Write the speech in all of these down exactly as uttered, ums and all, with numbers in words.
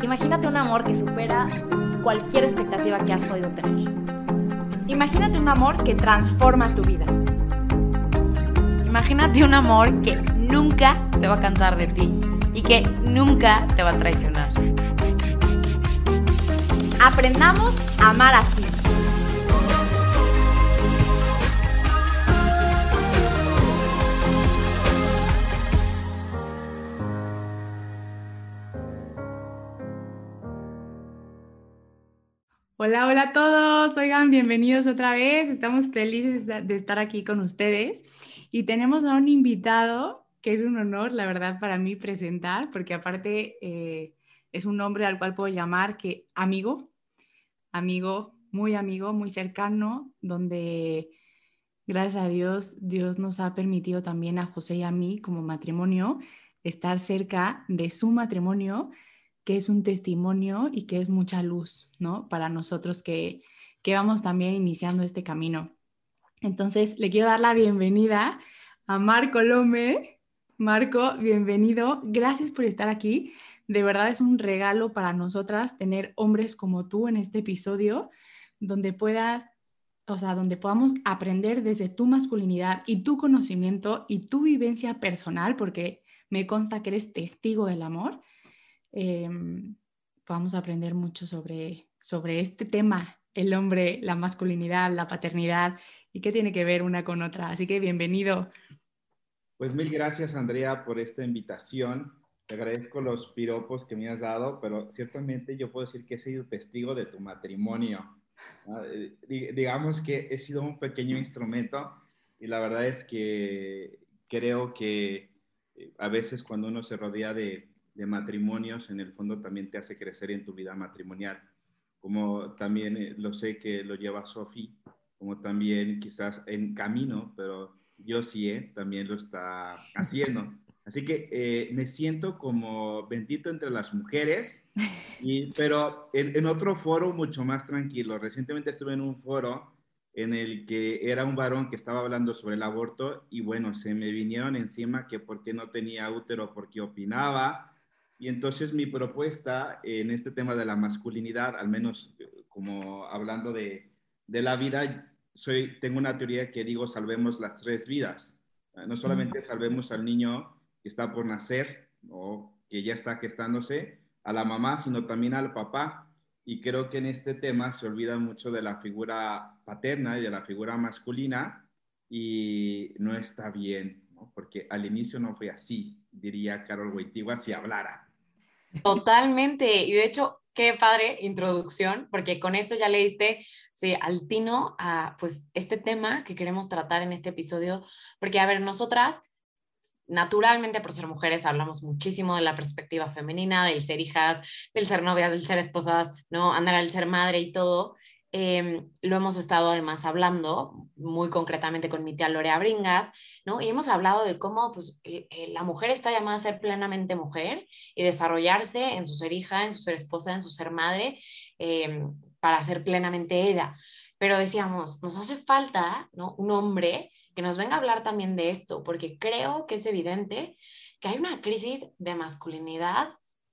Imagínate un amor que supera cualquier expectativa que has podido tener. Imagínate un amor que transforma tu vida. Imagínate un amor que nunca se va a cansar de ti y que nunca te va a traicionar. Aprendamos a amar así. Hola, hola a todos. Oigan, bienvenidos otra vez. Estamos felices de estar aquí con ustedes y tenemos a un invitado que es un honor, la verdad, para mí presentar, porque aparte eh, es un hombre al cual puedo llamar que amigo, amigo, muy amigo, muy cercano, donde gracias a Dios, Dios nos ha permitido también a José y a mí como matrimonio estar cerca de su matrimonio, que es un testimonio y que es mucha luz, ¿no? Para nosotros que, que vamos también iniciando este camino. Entonces, le quiero dar la bienvenida a Marco Lome. Marco, bienvenido. Gracias por estar aquí. De verdad es un regalo para nosotras tener hombres como tú en este episodio, donde puedas, o sea, donde podamos aprender desde tu masculinidad y tu conocimiento y tu vivencia personal, porque me consta que eres testigo del amor. Eh, podamos aprender mucho sobre, sobre este tema, el hombre, la masculinidad, la paternidad y qué tiene que ver una con otra. Así que bienvenido. Pues mil gracias, Andrea, por esta invitación. Te agradezco los piropos que me has dado, pero ciertamente yo puedo decir que he sido testigo de tu matrimonio. Digamos que he sido un pequeño instrumento y la verdad es que creo que a veces cuando uno se rodea de, de matrimonios, en el fondo también te hace crecer en tu vida matrimonial. Como también lo sé que lo lleva Sofi, como también quizás en camino, pero yo sí, ¿eh? También lo está haciendo. Así que eh, me siento como bendito entre las mujeres, y, pero en, en otro foro mucho más tranquilo. Recientemente estuve en un foro en el que era un varón que estaba hablando sobre el aborto y bueno, se me vinieron encima que por qué no tenía útero, por qué opinaba. Y entonces mi propuesta en este tema de la masculinidad, al menos como hablando de, de la vida, soy, tengo una teoría que digo salvemos las tres vidas. No solamente salvemos al niño que está por nacer o que ya está gestándose, a la mamá, sino también al papá. Y creo que en este tema se olvida mucho de la figura paterna y de la figura masculina y no está bien, ¿no? Porque al inicio no fue así, diría Carol Wojtyła si hablara. Totalmente. Y de hecho, qué padre introducción, porque con eso ya le diste sí, al tino a pues, este tema que queremos tratar en este episodio. Porque, a ver, nosotras, naturalmente por ser mujeres, hablamos muchísimo de la perspectiva femenina, del ser hijas, del ser novias, del ser esposas, ¿no? Andar al ser madre y todo. Eh, lo hemos estado además hablando muy concretamente con mi tía Lorea Bringas, ¿no? Y hemos hablado de cómo pues, eh, eh, la mujer está llamada a ser plenamente mujer y desarrollarse en su ser hija, en su ser esposa, en su ser madre, eh, para ser plenamente ella. Pero decíamos, nos hace falta, ¿no? Un hombre que nos venga a hablar también de esto, porque creo que es evidente que hay una crisis de masculinidad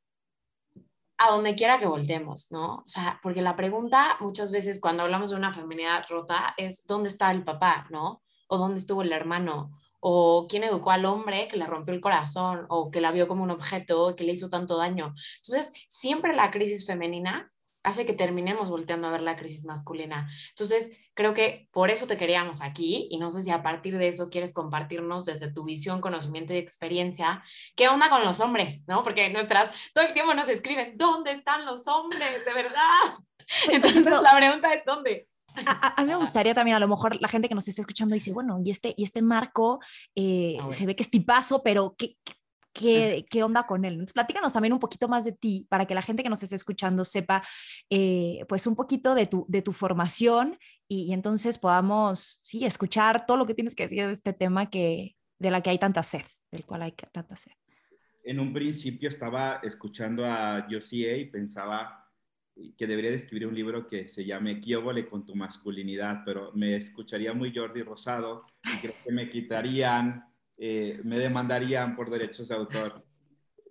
a donde quiera que voltemos, ¿no? O sea, porque la pregunta muchas veces cuando hablamos de una feminidad rota es ¿dónde está el papá, ¿no? O ¿dónde estuvo el hermano? O ¿quién educó al hombre que le rompió el corazón? O que la vio como un objeto que le hizo tanto daño. Entonces, siempre la crisis femenina hace que terminemos volteando a ver la crisis masculina. Entonces, creo que por eso te queríamos aquí y no sé si a partir de eso quieres compartirnos desde tu visión, conocimiento y experiencia, ¿qué onda con los hombres? ¿No? Porque nuestras, todo el tiempo nos escriben, ¿dónde están los hombres? De verdad. Entonces, pero, la pregunta es ¿dónde? A, a mí me gustaría también, a lo mejor la gente que nos está escuchando dice, bueno, y este, y este Marco eh, ah, bueno. se ve que es tipazo, pero ¿qué, qué, qué, qué onda con él? Entonces, platícanos también un poquito más de ti, para que la gente que nos esté escuchando sepa, eh, pues, un poquito de tu, de tu formación y, y entonces podamos, sí, escuchar todo lo que tienes que decir de este tema que, de la que hay tanta sed, del cual hay tanta sed. En un principio estaba escuchando a Josie y pensaba que debería de escribir un libro que se llame ¿Qué óvole con tu masculinidad? Pero me escucharía muy Jordi Rosado y creo que me quitarían, eh, me demandarían por derechos de autor.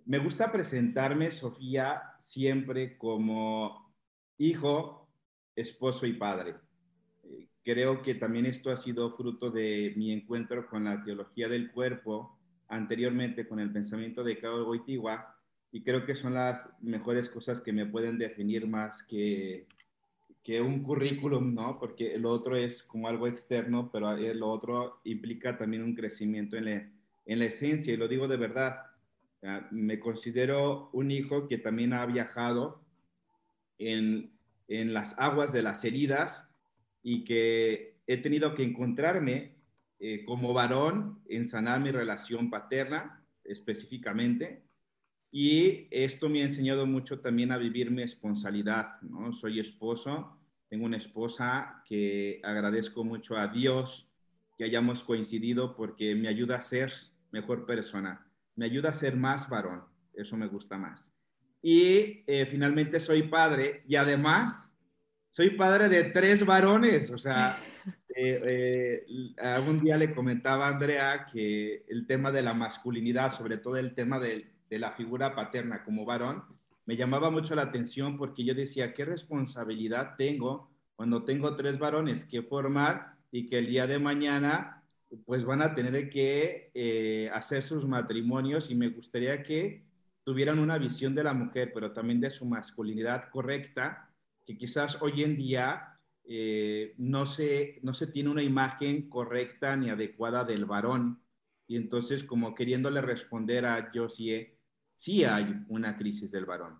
me gusta presentarme, Sofía, siempre como hijo, esposo y padre. Eh, creo que también esto ha sido fruto de mi encuentro con la teología del cuerpo, anteriormente con el pensamiento de Cao Wojtyła, y creo que son las mejores cosas que me pueden definir más que, que un currículum, ¿no? Porque lo otro es como algo externo, pero lo otro implica también un crecimiento en la, en la esencia, y lo digo de verdad. Me considero un hijo que también ha viajado en, en las aguas de las heridas y que he tenido que encontrarme eh, como varón en sanar mi relación paterna específicamente. Y esto me ha enseñado mucho también a vivir mi esponsalidad, ¿no? Soy esposo, tengo una esposa que agradezco mucho a Dios que hayamos coincidido porque me ayuda a ser mejor persona, me ayuda a ser más varón, eso me gusta más. Y eh, finalmente soy padre y además soy padre de tres varones, o sea, eh, eh, algún día le comentaba a Andrea que el tema de la masculinidad, sobre todo el tema de, de la figura paterna como varón, me llamaba mucho la atención porque yo decía, ¿qué responsabilidad tengo cuando tengo tres varones que formar y que el día de mañana pues van a tener que eh, hacer sus matrimonios? Y me gustaría que tuvieran una visión de la mujer, pero también de su masculinidad correcta, que quizás hoy en día eh, no, se, no se tiene una imagen correcta ni adecuada del varón. Y entonces, como queriéndole responder a Josie, sí hay una crisis del varón.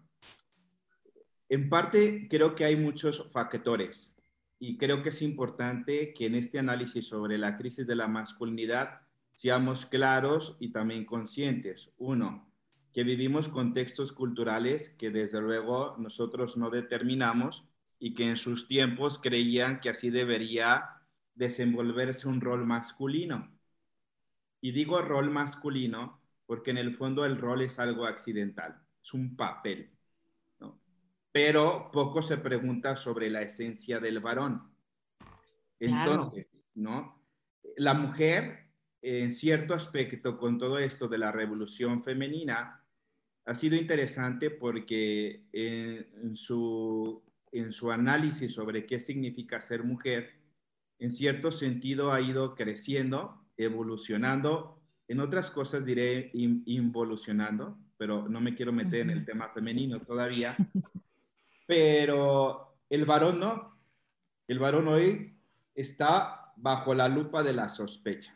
En parte, creo que hay muchos factores y creo que es importante que en este análisis sobre la crisis de la masculinidad seamos claros y también conscientes. Uno, que vivimos contextos culturales que desde luego nosotros no determinamos y que en sus tiempos creían que así debería desenvolverse un rol masculino. Y digo rol masculino porque en el fondo el rol es algo accidental, es un papel, ¿no? Pero poco se pregunta sobre la esencia del varón. Entonces, claro, ¿no? La mujer, en cierto aspecto, con todo esto de la revolución femenina, ha sido interesante porque en, en, su, en su análisis sobre qué significa ser mujer, en cierto sentido ha ido creciendo, evolucionando, en otras cosas diré in, involucionando, pero no me quiero meter uh-huh. en el tema femenino todavía, pero el varón no, el varón hoy está bajo la lupa de la sospecha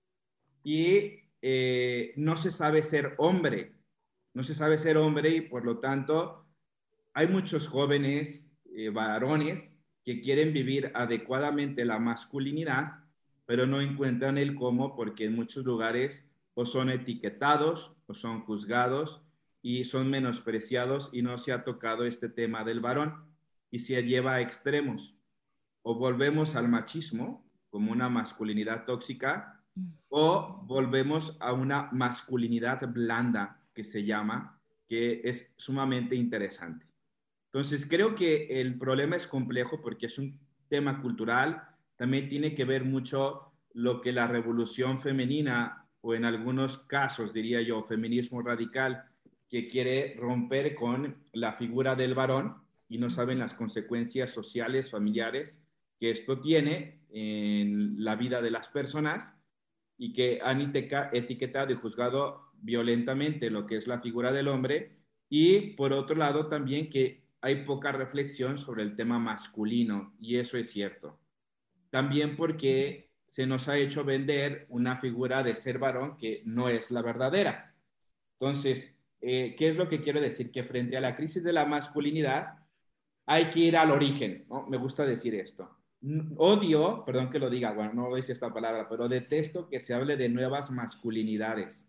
y eh, no se sabe ser hombre, no se sabe ser hombre y por lo tanto hay muchos jóvenes eh, varones que quieren vivir adecuadamente la masculinidad, pero no encuentran el cómo porque en muchos lugares o son etiquetados o son juzgados y son menospreciados y no se ha tocado este tema del varón y se lleva a extremos. O volvemos al machismo como una masculinidad tóxica o volvemos a una masculinidad blanda que se llama, que es sumamente interesante. Entonces, creo que el problema es complejo porque es un tema cultural, también tiene que ver mucho lo que la revolución femenina, o en algunos casos, diría yo, feminismo radical, que quiere romper con la figura del varón y no saben las consecuencias sociales, familiares que esto tiene en la vida de las personas y que han etiquetado y juzgado violentamente lo que es la figura del hombre y por otro lado también que hay poca reflexión sobre el tema masculino y eso es cierto. También porque se nos ha hecho vender una figura de ser varón que no es la verdadera. Entonces, eh, ¿qué es lo que quiero decir? Que frente a la crisis de la masculinidad hay que ir al origen, ¿no? Me gusta decir esto. Odio, perdón que lo diga, bueno, no voy a decir esta palabra, pero detesto que se hable de nuevas masculinidades.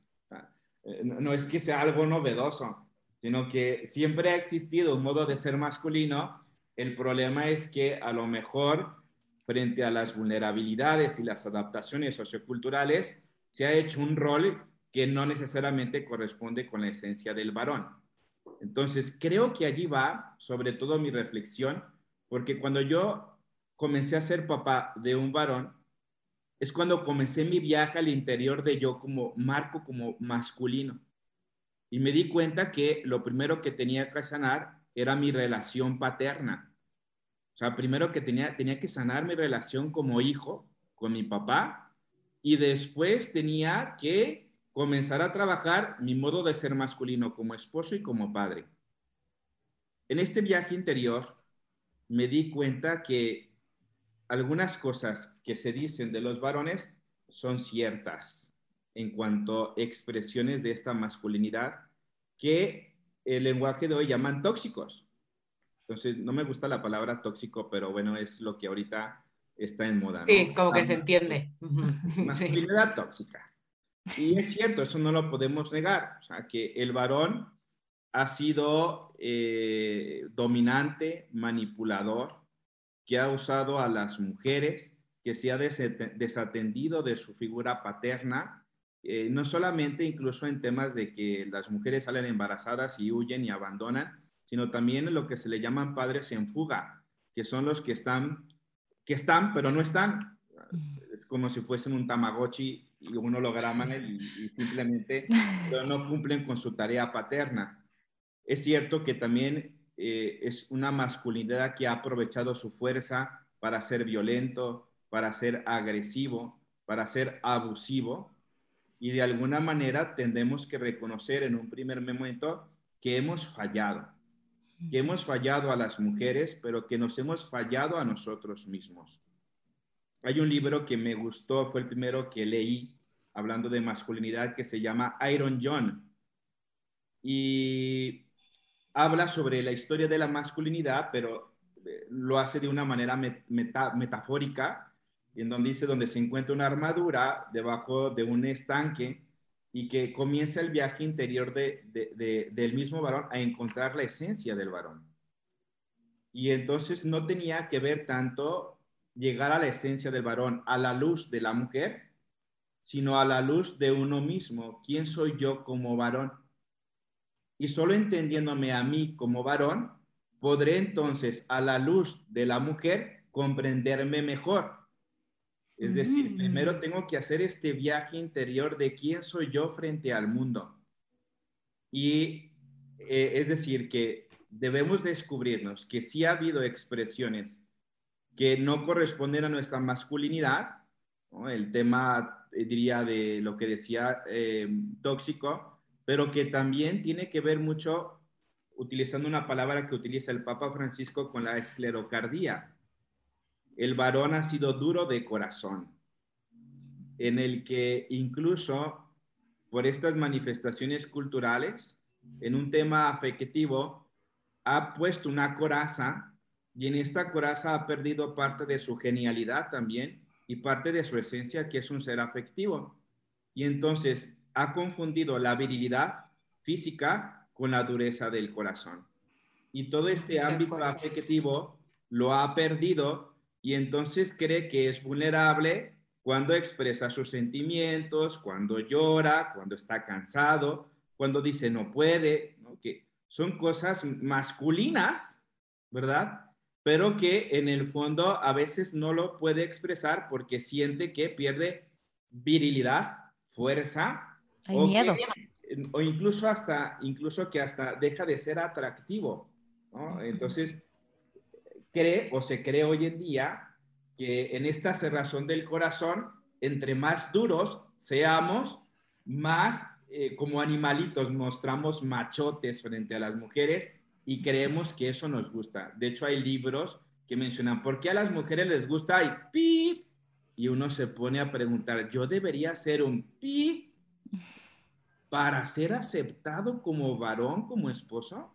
No es que sea algo novedoso, sino que siempre ha existido un modo de ser masculino. El problema es que a lo mejor frente a las vulnerabilidades y las adaptaciones socioculturales se ha hecho un rol que no necesariamente corresponde con la esencia del varón. Entonces, creo que allí va sobre todo mi reflexión, porque cuando yo comencé a ser papá de un varón, es cuando comencé mi viaje al interior de yo como marco como masculino. y me di cuenta que lo primero que tenía que sanar era mi relación paterna. O sea, primero que tenía, tenía que sanar mi relación como hijo con mi papá, y después tenía que comenzar a trabajar mi modo de ser masculino como esposo y como padre. En este viaje interior me di cuenta que algunas cosas que se dicen de los varones son ciertas en cuanto a expresiones de esta masculinidad que el lenguaje de hoy llaman tóxicos. Entonces, no me gusta la palabra tóxico, pero bueno, es lo que ahorita está en moda, ¿no? Sí, como que la se entiende. masculinidad Sí. tóxica. Y es cierto, eso no lo podemos negar. O sea, que el varón ha sido eh, dominante, manipulador, que ha usado a las mujeres, que se ha desatendido de su figura paterna, eh, no solamente incluso en temas de que las mujeres salen embarazadas y huyen y abandonan, sino también en lo que se le llaman padres en fuga, que son los que están, que están pero no están. Es como si fuesen un Tamagotchi y un holograma y, y simplemente pero no cumplen con su tarea paterna. Es cierto que también eh, es una masculinidad que ha aprovechado su fuerza para ser violento, para ser agresivo, para ser abusivo, y de alguna manera tendremos que reconocer en un primer momento que hemos fallado, que hemos fallado a las mujeres, pero que nos hemos fallado a nosotros mismos. Hay un libro que me gustó, fue el primero que leí, hablando de masculinidad, que se llama Iron John, y habla sobre la historia de la masculinidad, pero lo hace de una manera meta, metafórica, en donde dice donde se encuentra una armadura debajo de un estanque y que comienza el viaje interior de, de, de, del mismo varón a encontrar la esencia del varón. Y entonces no tenía que ver tanto llegar a la esencia del varón a la luz de la mujer, sino a la luz de uno mismo. ¿Quién soy yo como varón? Y solo entendiéndome a mí como varón, podré entonces, a la luz de la mujer, comprenderme mejor. Es decir, mm. primero tengo que hacer este viaje interior de quién soy yo frente al mundo. Y eh, es decir, que debemos descubrirnos que sí ha habido expresiones que no corresponden a nuestra masculinidad, ¿no? El tema, eh, diría, de lo que decía eh, tóxico, pero que también tiene que ver mucho, utilizando una palabra que utiliza el Papa Francisco, con la esclerocardía. El varón ha sido duro de corazón, en el que incluso por estas manifestaciones culturales, en un tema afectivo, ha puesto una coraza, y en esta coraza ha perdido parte de su genialidad también y parte de su esencia, que es un ser afectivo. Y entonces ha confundido la virilidad física con la dureza del corazón. Y todo este ámbito afectivo lo ha perdido, y entonces cree que es vulnerable cuando expresa sus sentimientos, cuando llora, cuando está cansado, cuando dice no puede, ¿no? Que son cosas masculinas, ¿verdad? Pero que en el fondo a veces no lo puede expresar porque siente que pierde virilidad, fuerza, hay o miedo. Que, o incluso hasta incluso que hasta deja de ser atractivo, ¿no? Entonces cree o se cree hoy en día que en esta cerrazón del corazón, entre más duros seamos, más eh, como animalitos mostramos machotes frente a las mujeres, y creemos que eso nos gusta. De hecho, hay libros que mencionan por qué a las mujeres les gusta y pip, y uno se pone a preguntar, ¿yo debería ser un pip para ser aceptado como varón, como esposo?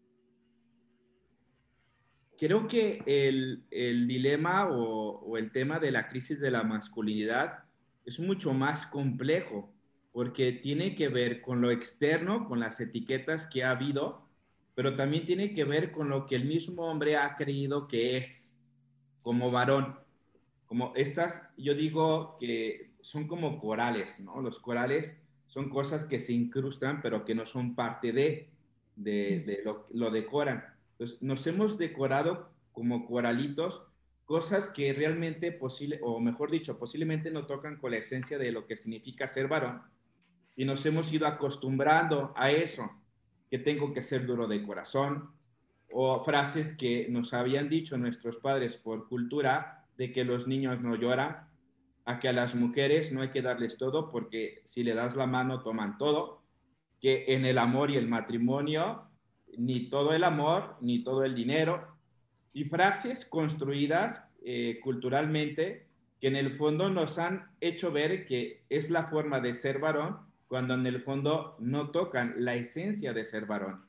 Creo que el, el dilema o, o el tema de la crisis de la masculinidad es mucho más complejo, porque tiene que ver con lo externo, con las etiquetas que ha habido, pero también tiene que ver con lo que el mismo hombre ha creído que es como varón. Como estas, yo digo que son como corales, ¿no? Los corales son cosas que se incrustan, pero que no son parte de, de, de lo, lo decoran. Entonces, nos hemos decorado como coralitos cosas que realmente posible, o mejor dicho, posiblemente no tocan con la esencia de lo que significa ser varón, y nos hemos ido acostumbrando a eso, que tengo que ser duro de corazón, o frases que nos habían dicho nuestros padres por cultura de que los niños no lloran, a que a las mujeres no hay que darles todo porque si le das la mano toman todo, que en el amor y el matrimonio ni todo el amor ni todo el dinero, y frases construidas eh, culturalmente que en el fondo nos han hecho ver que es la forma de ser varón cuando en el fondo no tocan la esencia de ser varón.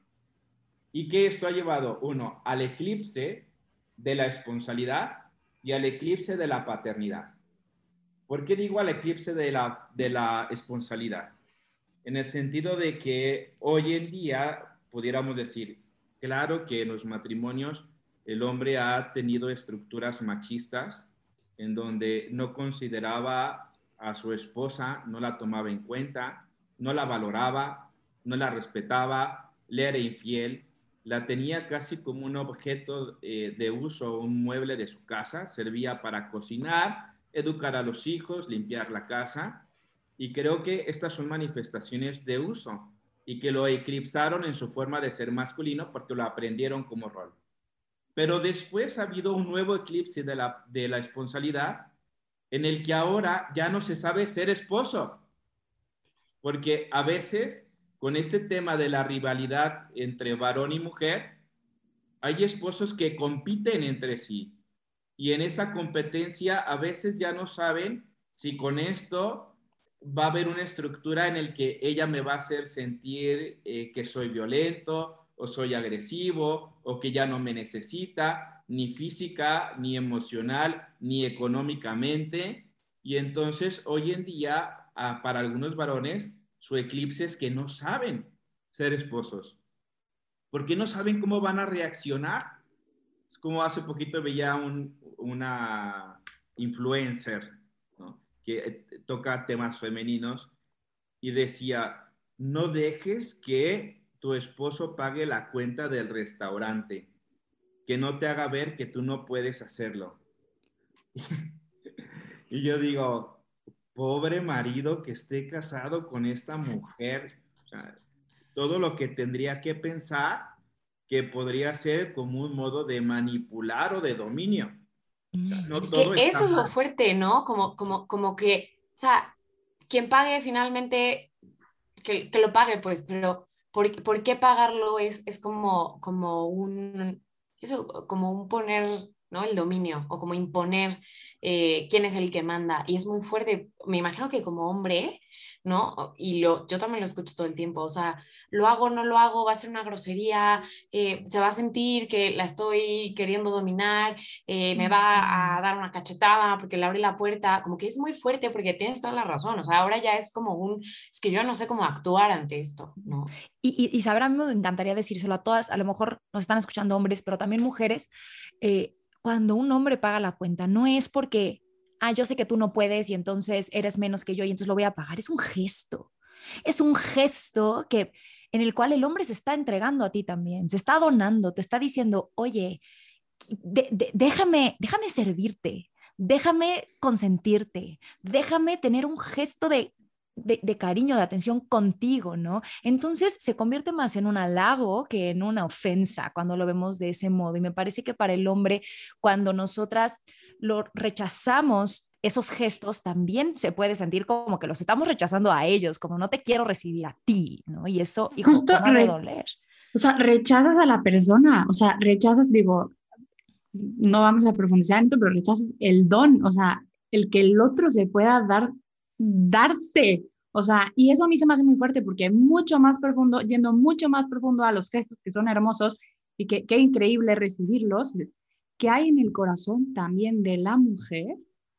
Y que esto ha llevado, uno, al eclipse de la esponsalidad y al eclipse de la paternidad. ¿Por qué digo al eclipse de la, de la esponsalidad? En el sentido de que hoy en día pudiéramos decir, claro que en los matrimonios el hombre ha tenido estructuras machistas en donde no consideraba a su esposa, no la tomaba en cuenta, no la valoraba, no la respetaba, le era infiel, la tenía casi como un objeto eh, de uso, un mueble de su casa, servía para cocinar, educar a los hijos, limpiar la casa, y creo que estas son manifestaciones de uso y que lo eclipsaron en su forma de ser masculino porque lo aprendieron como rol. Pero después ha habido un nuevo eclipse de la, de la esponsalidad en el que ahora ya no se sabe ser esposo, porque a veces con este tema de la rivalidad entre varón y mujer, hay esposos que compiten entre sí y en esta competencia a veces ya no saben si con esto va a haber una estructura en el que ella me va a hacer sentir eh, que soy violento o soy agresivo o que ya no me necesita ni física, ni emocional, ni económicamente. Y entonces hoy en día ah, para algunos varones su eclipse es que no saben ser esposos porque no saben cómo van a reaccionar. Es como hace poquito veía un, una influencer, ¿no?, que toca temas femeninos y decía, no dejes que tu esposo pague la cuenta del restaurante, que no te haga ver que tú no puedes hacerlo. Y yo digo, pobre marido que esté casado con esta mujer, o sea, todo lo que tendría que pensar que podría ser como un modo de manipular o de dominio. O sea, no Es todo que está eso es lo mal. fuerte, ¿no? Como, como, como que, o sea, quien pague finalmente, que, que lo pague, pues, pero ¿por, por qué pagarlo? Es, es como, como un, eso, como un poner, ¿no?, el dominio o como imponer eh, quién es el que manda. Y es muy fuerte. Me imagino que como hombre, ¿no? Y lo, yo también lo escucho todo el tiempo, o sea, lo hago, no lo hago, va a ser una grosería, eh, se va a sentir que la estoy queriendo dominar, eh, me va a dar una cachetada porque le abrí la puerta, como que es muy fuerte porque tienes toda la razón, o sea, ahora ya es como un, es que yo no sé cómo actuar ante esto, ¿no? Y, y, y saber, a mí me encantaría decírselo a todas, a lo mejor nos están escuchando hombres, pero también mujeres, eh, cuando un hombre paga la cuenta, no es porque, ah, yo sé que tú no puedes y entonces eres menos que yo y entonces lo voy a pagar, es un gesto, es un gesto que, en el cual el hombre se está entregando a ti también, se está donando, te está diciendo, oye, de, de, déjame, déjame servirte, déjame consentirte, déjame tener un gesto de de, de, cariño, de atención contigo, ¿no? Entonces se convierte más en un halago que en una ofensa cuando lo vemos de ese modo. Y me parece que para el hombre, cuando nosotras lo rechazamos, esos gestos también se puede sentir como que los estamos rechazando a ellos, como no te quiero recibir a ti, ¿no? Y eso, hijo, Justo ¿cómo ha de re, doler? O sea, rechazas a la persona, o sea, rechazas, digo, no vamos a profundizar en esto, pero rechazas el don, o sea, el que el otro se pueda dar, darse, o sea, y eso a mí se me hace muy fuerte porque mucho más profundo, yendo mucho más profundo a los gestos que son hermosos y que qué increíble recibirlos, que hay en el corazón también de la mujer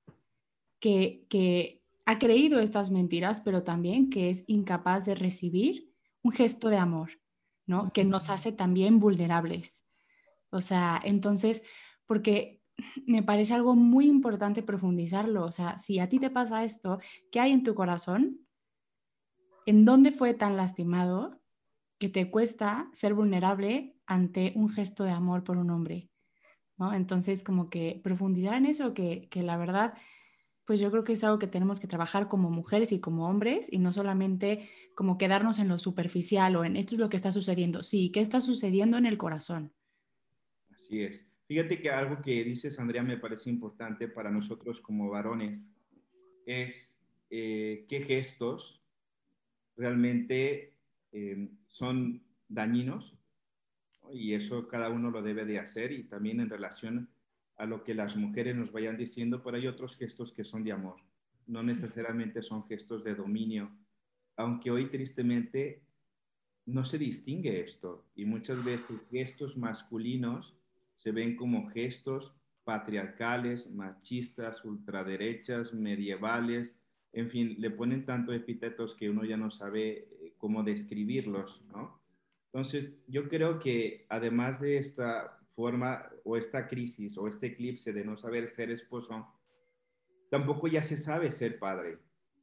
que, que ha creído estas mentiras, pero también que es incapaz de recibir un gesto de amor, ¿no? Que nos hace también vulnerables. O sea, entonces, porque me parece algo muy importante profundizarlo. O sea, si a ti te pasa esto, ¿qué hay en tu corazón? ¿En dónde fue tan lastimado que te cuesta ser vulnerable ante un gesto de amor por un hombre? ¿No? Entonces, como que profundizar en eso, que, que la verdad pues yo creo que es algo que tenemos que trabajar como mujeres y como hombres y no solamente como quedarnos en lo superficial o en esto es lo que está sucediendo. Sí, ¿qué está sucediendo en el corazón? Así es. Fíjate que algo que dices, Andrea, me parece importante para nosotros como varones es eh, qué gestos realmente eh, son dañinos, ¿no? Y eso cada uno lo debe de hacer y también en relación a lo que las mujeres nos vayan diciendo, pero hay otros gestos que son de amor, no necesariamente son gestos de dominio, aunque hoy tristemente no se distingue esto y muchas veces gestos masculinos se ven como gestos patriarcales, machistas, ultraderechas, medievales, en fin, le ponen tanto epítetos que uno ya no sabe eh, cómo describirlos, ¿no? Entonces, yo creo que además de esta forma o esta crisis o este eclipse de no saber ser esposo, tampoco ya se sabe ser padre.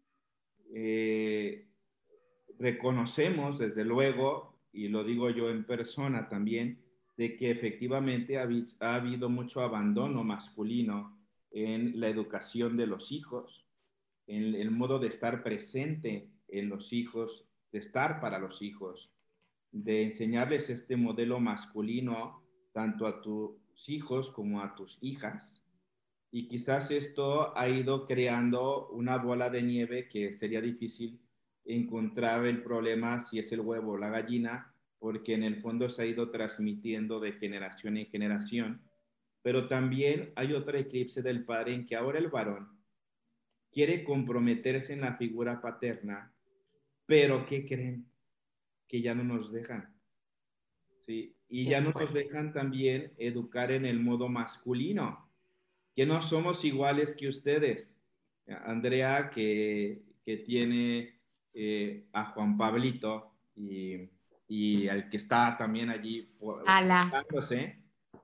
Eh, reconocemos, desde luego, y lo digo yo en persona también, de que efectivamente ha, ha habido mucho abandono masculino en la educación de los hijos, en el modo de estar presente en los hijos, de estar para los hijos, de enseñarles este modelo masculino tanto a tus hijos como a tus hijas. Y quizás esto ha ido creando una bola de nieve que sería difícil encontrar el problema si es el huevo o la gallina, porque en el fondo se ha ido transmitiendo de generación en generación. Pero también hay otra eclipse del padre en que ahora el varón quiere comprometerse en la figura paterna, pero ¿qué creen? Que ya no nos dejan. ¿Sí? Y ya no nos dejan también educar en el modo masculino, que no somos iguales que ustedes. Andrea, que, que tiene eh, a Juan Pablito y, y al que está también allí portándose,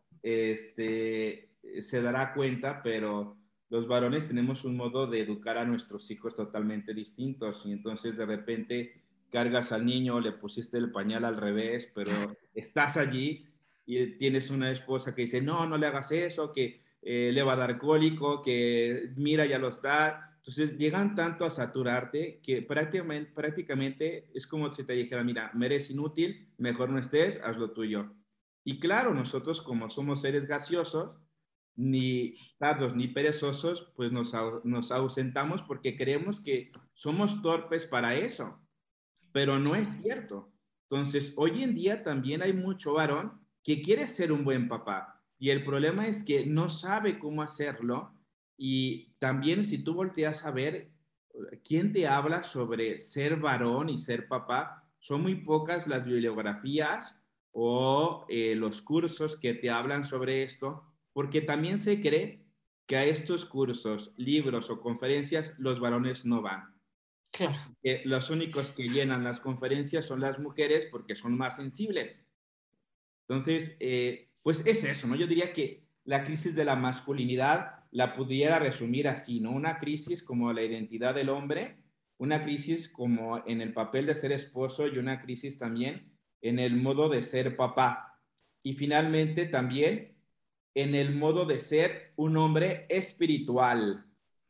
este, se dará cuenta, pero los varones tenemos un modo de educar a nuestros hijos totalmente distintos y entonces de repente cargas al niño, le pusiste el pañal al revés, pero estás allí y tienes una esposa que dice, no, no le hagas eso, que eh, le va a dar cólico, que mira, ya lo está. Entonces llegan tanto a saturarte que prácticamente, prácticamente es como si te dijera, mira, me eres inútil, mejor no estés, haz lo tuyo. Y claro, nosotros como somos seres gaseosos, ni tardos ni perezosos, pues nos, nos ausentamos porque creemos que somos torpes para eso, pero no es cierto. Entonces, hoy en día también hay mucho varón que quiere ser un buen papá y el problema es que no sabe cómo hacerlo y también si tú volteas a ver quién te habla sobre ser varón y ser papá, son muy pocas las bibliografías o eh, los cursos que te hablan sobre esto, porque también se cree que a estos cursos, libros o conferencias los varones no van. Claro. Que los únicos que llenan las conferencias son las mujeres porque son más sensibles. Entonces, eh, pues es eso, ¿no? Yo diría que la crisis de la masculinidad la pudiera resumir así, ¿no? Una crisis como la identidad del hombre, una crisis como en el papel de ser esposo y una crisis también en el modo de ser papá. Y finalmente también en el modo de ser un hombre espiritual,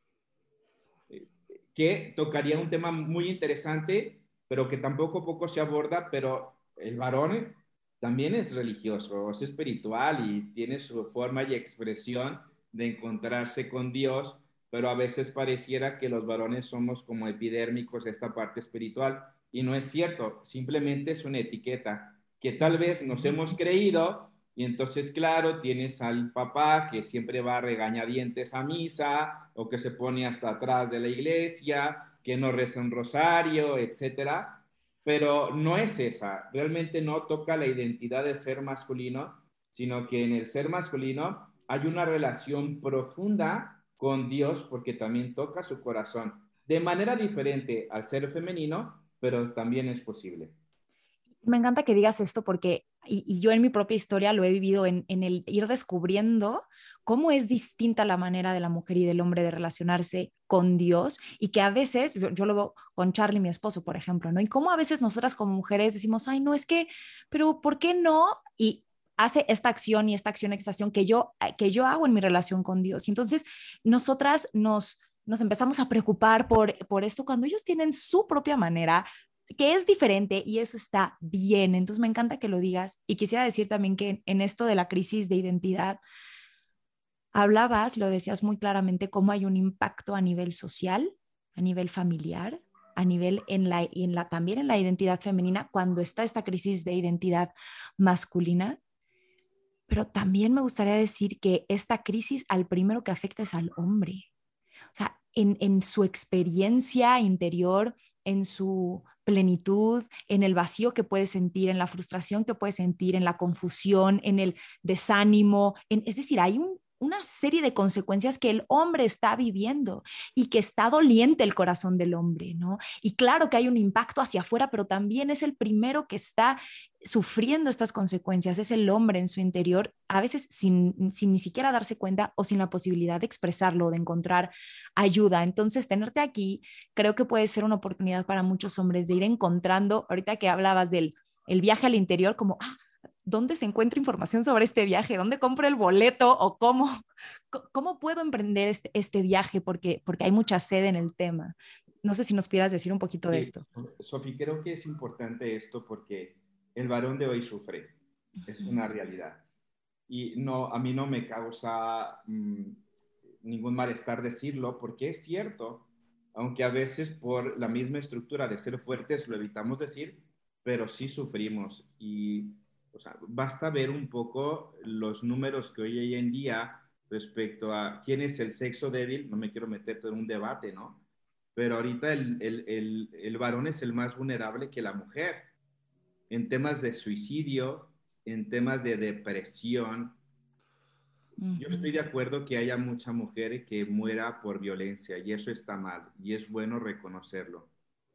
que tocaría un tema muy interesante, pero que tampoco poco se aborda, pero el varón también es religioso, es espiritual y tiene su forma y expresión de encontrarse con Dios, pero a veces pareciera que los varones somos como epidérmicos de esta parte espiritual y no es cierto, simplemente es una etiqueta que tal vez nos hemos creído y entonces, claro, tienes al papá que siempre va a regañadientes a misa o que se pone hasta atrás de la iglesia, que no reza un rosario, etcétera. Pero no es esa. Realmente no toca la identidad de ser masculino, sino que en el ser masculino hay una relación profunda con Dios porque también toca su corazón. De manera diferente al ser femenino, pero también es posible. Me encanta que digas esto porque, y, y yo en mi propia historia lo he vivido en, en el ir descubriendo cómo es distinta la manera de la mujer y del hombre de relacionarse con Dios y que a veces, yo, yo lo veo con Charlie, mi esposo, por ejemplo, ¿no? Y cómo a veces nosotras como mujeres decimos, ay, no, es que, pero ¿por qué no? Y hace esta acción y esta acción, esta acción que yo, que yo hago en mi relación con Dios. Y entonces nosotras nos nos empezamos a preocupar por, por esto cuando ellos tienen su propia manera, que es diferente y eso está bien. Entonces me encanta que lo digas y quisiera decir también que en esto de la crisis de identidad, hablabas, lo decías muy claramente, cómo hay un impacto a nivel social, a nivel familiar, a nivel en la, en la, también en la identidad femenina, cuando está esta crisis de identidad masculina. Pero también me gustaría decir que esta crisis al primero que afecta es al hombre. O sea, en, en su experiencia interior, en su plenitud, en el vacío que puede sentir, en la frustración que puede sentir, en la confusión, en el desánimo. En, es decir, hay un, una serie de consecuencias que el hombre está viviendo y que está doliente el corazón del hombre, ¿no? Y claro que hay un impacto hacia afuera, pero también es el primero que está sufriendo estas consecuencias, es el hombre en su interior, a veces sin, sin ni siquiera darse cuenta o sin la posibilidad de expresarlo, de encontrar ayuda. Entonces, tenerte aquí creo que puede ser una oportunidad para muchos hombres de ir encontrando, ahorita que hablabas del el viaje al interior, como, ah, ¿dónde se encuentra información sobre este viaje? ¿Dónde compro el boleto? ¿O cómo, cómo puedo emprender este, este viaje? Porque, porque hay mucha sed en el tema. No sé si nos pudieras decir un poquito sí, de esto. Sofi, creo que es importante esto porque el varón de hoy sufre. Es una realidad. Y no, a mí no me causa mmm, ningún malestar decirlo porque es cierto, aunque a veces por la misma estructura de ser fuertes lo evitamos decir, pero sí sufrimos. Y o sea, basta ver un poco los números que hoy en día respecto a quién es el sexo débil, no me quiero meter en un debate, ¿no? Pero ahorita el, el, el, el varón es el más vulnerable que la mujer en temas de suicidio, en temas de depresión. Uh-huh. Yo estoy de acuerdo que haya mucha mujer que muera por violencia y eso está mal y es bueno reconocerlo.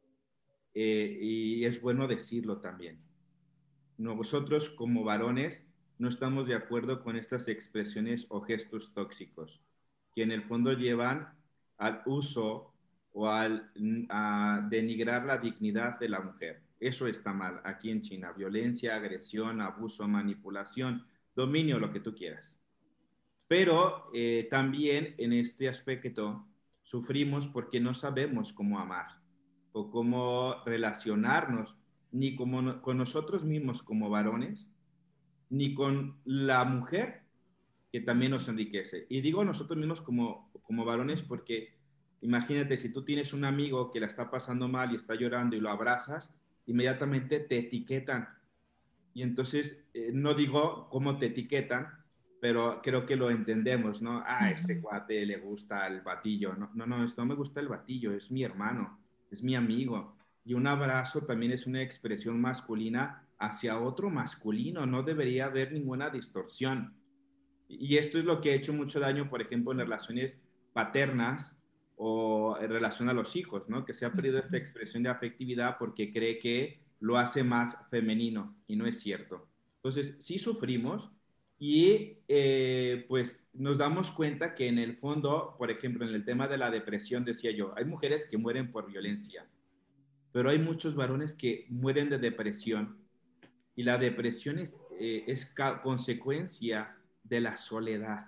Eh, y es bueno decirlo también. Nosotros como varones no estamos de acuerdo con estas expresiones o gestos tóxicos que en el fondo llevan al uso o al, a denigrar la dignidad de la mujer. Eso está mal aquí en China. Violencia, agresión, abuso, manipulación, dominio, lo que tú quieras. Pero eh, también en este aspecto sufrimos porque no sabemos cómo amar o cómo relacionarnos ni como, con nosotros mismos como varones, ni con la mujer que también nos enriquece. Y digo nosotros mismos como, como varones porque imagínate si tú tienes un amigo que la está pasando mal y está llorando y lo abrazas, inmediatamente te etiquetan. Y entonces, eh, no digo cómo te etiquetan, pero creo que lo entendemos, ¿no? Ah, a este cuate le gusta el batillo. No, no, no, esto no me gusta el batillo, es mi hermano, es mi amigo. Y un abrazo también es una expresión masculina hacia otro masculino, no debería haber ninguna distorsión. Y esto es lo que ha hecho mucho daño, por ejemplo, en relaciones paternas o en relación a los hijos, ¿no? Que se ha perdido esta expresión de afectividad porque cree que lo hace más femenino y no es cierto. Entonces, sí sufrimos y eh, pues nos damos cuenta que en el fondo, por ejemplo, en el tema de la depresión, decía yo, hay mujeres que mueren por violencia, pero hay muchos varones que mueren de depresión y la depresión es, eh, es consecuencia de la soledad.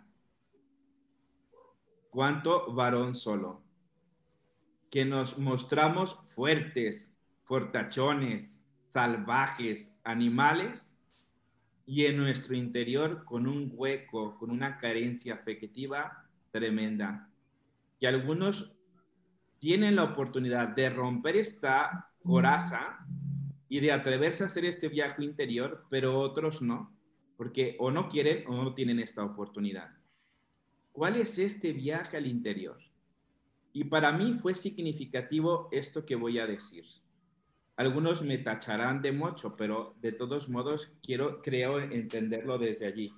¿Cuánto varón solo? Que nos mostramos fuertes, fortachones, salvajes, animales, y en nuestro interior con un hueco, con una carencia afectiva tremenda. Que algunos tienen la oportunidad de romper esta coraza y de atreverse a hacer este viaje interior, pero otros no, porque o no quieren o no tienen esta oportunidad. ¿Cuál es este viaje al interior? Y para mí fue significativo esto que voy a decir. Algunos me tacharán de mocho, pero de todos modos quiero, creo entenderlo desde allí.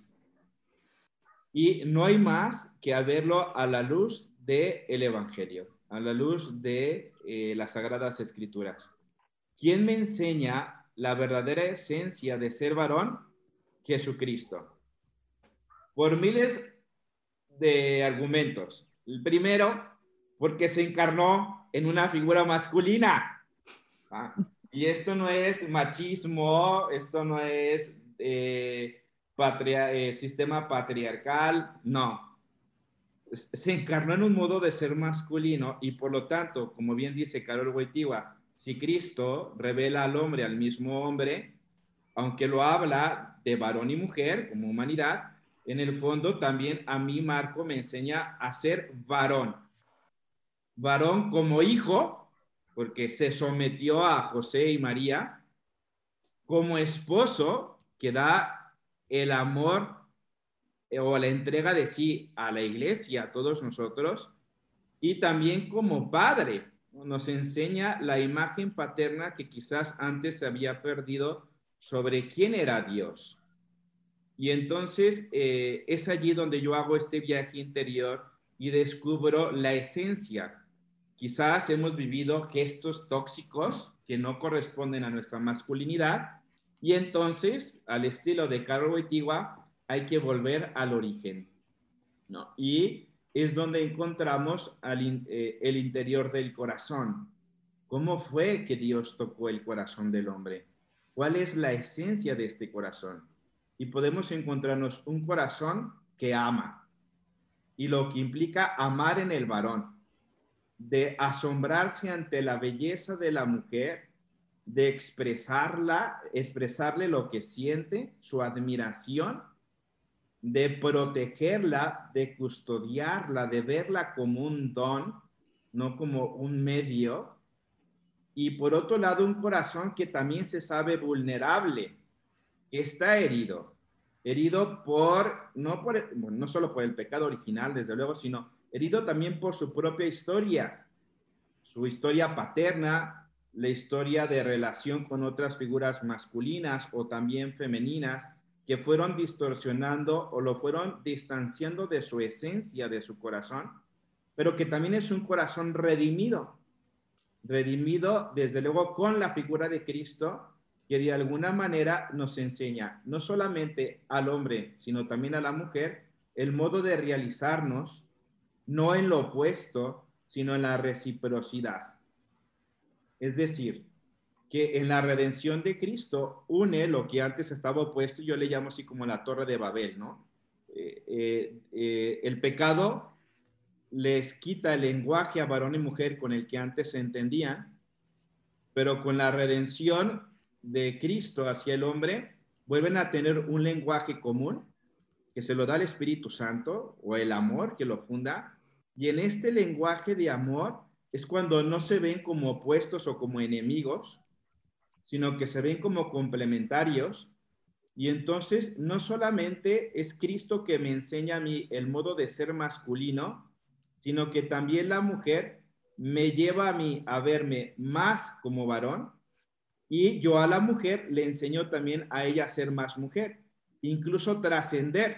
Y no hay más que verlo a la luz del Evangelio, a la luz de eh, las Sagradas Escrituras. ¿Quién me enseña la verdadera esencia de ser varón? Jesucristo. Por miles de argumentos. El primero, porque se encarnó en una figura masculina. ¿Ah? Y esto no es machismo, esto no es eh, patria, eh, sistema patriarcal, no. se encarnó en un modo de ser masculino y por lo tanto, como bien dice Karol Wojtyła, si Cristo revela al hombre al mismo hombre, aunque lo habla de varón y mujer como humanidad, en el fondo también a mí Marco me enseña a ser varón. Varón como hijo, porque se sometió a José y María, como esposo que da el amor o la entrega de sí a la iglesia, a todos nosotros, y también como padre. Nos enseña la imagen paterna que quizás antes se había perdido sobre quién era Dios. Y entonces eh, es allí donde yo hago este viaje interior y descubro la esencia. Quizás hemos vivido gestos tóxicos que no corresponden a nuestra masculinidad y entonces, al estilo de Karol Wojtyła, hay que volver al origen, ¿no? Y es donde encontramos al, eh, el interior del corazón. ¿Cómo fue que Dios tocó el corazón del hombre? ¿Cuál es la esencia de este corazón? Y podemos encontrarnos un corazón que ama, y lo que implica amar en el varón, de asombrarse ante la belleza de la mujer, de expresarla, expresarle lo que siente, su admiración, de protegerla, de custodiarla, de verla como un don, no como un medio. Y por otro lado, un corazón que también se sabe vulnerable, que está herido, herido por, no, por, bueno, no solo por el pecado original, desde luego, sino herido también por su propia historia, su historia paterna, la historia de relación con otras figuras masculinas o también femeninas, que fueron distorsionando o lo fueron distanciando de su esencia, de su corazón, pero que también es un corazón redimido, redimido desde luego con la figura de Cristo, que de alguna manera nos enseña no solamente al hombre, sino también a la mujer, el modo de realizarnos, no en lo opuesto, sino en la reciprocidad. Es decir, que en la redención de Cristo une lo que antes estaba opuesto, yo le llamo así como la Torre de Babel, ¿no? Eh, eh, eh, el pecado les quita el lenguaje a varón y mujer con el que antes se entendían, pero con la redención de Cristo hacia el hombre, vuelven a tener un lenguaje común, que se lo da el Espíritu Santo, o el amor que lo funda, y en este lenguaje de amor es cuando no se ven como opuestos o como enemigos, sino que se ven como complementarios, y entonces no solamente es Cristo que me enseña a mí el modo de ser masculino, sino que también la mujer me lleva a mí a verme más como varón, y yo a la mujer le enseño también a ella a ser más mujer, incluso trascender.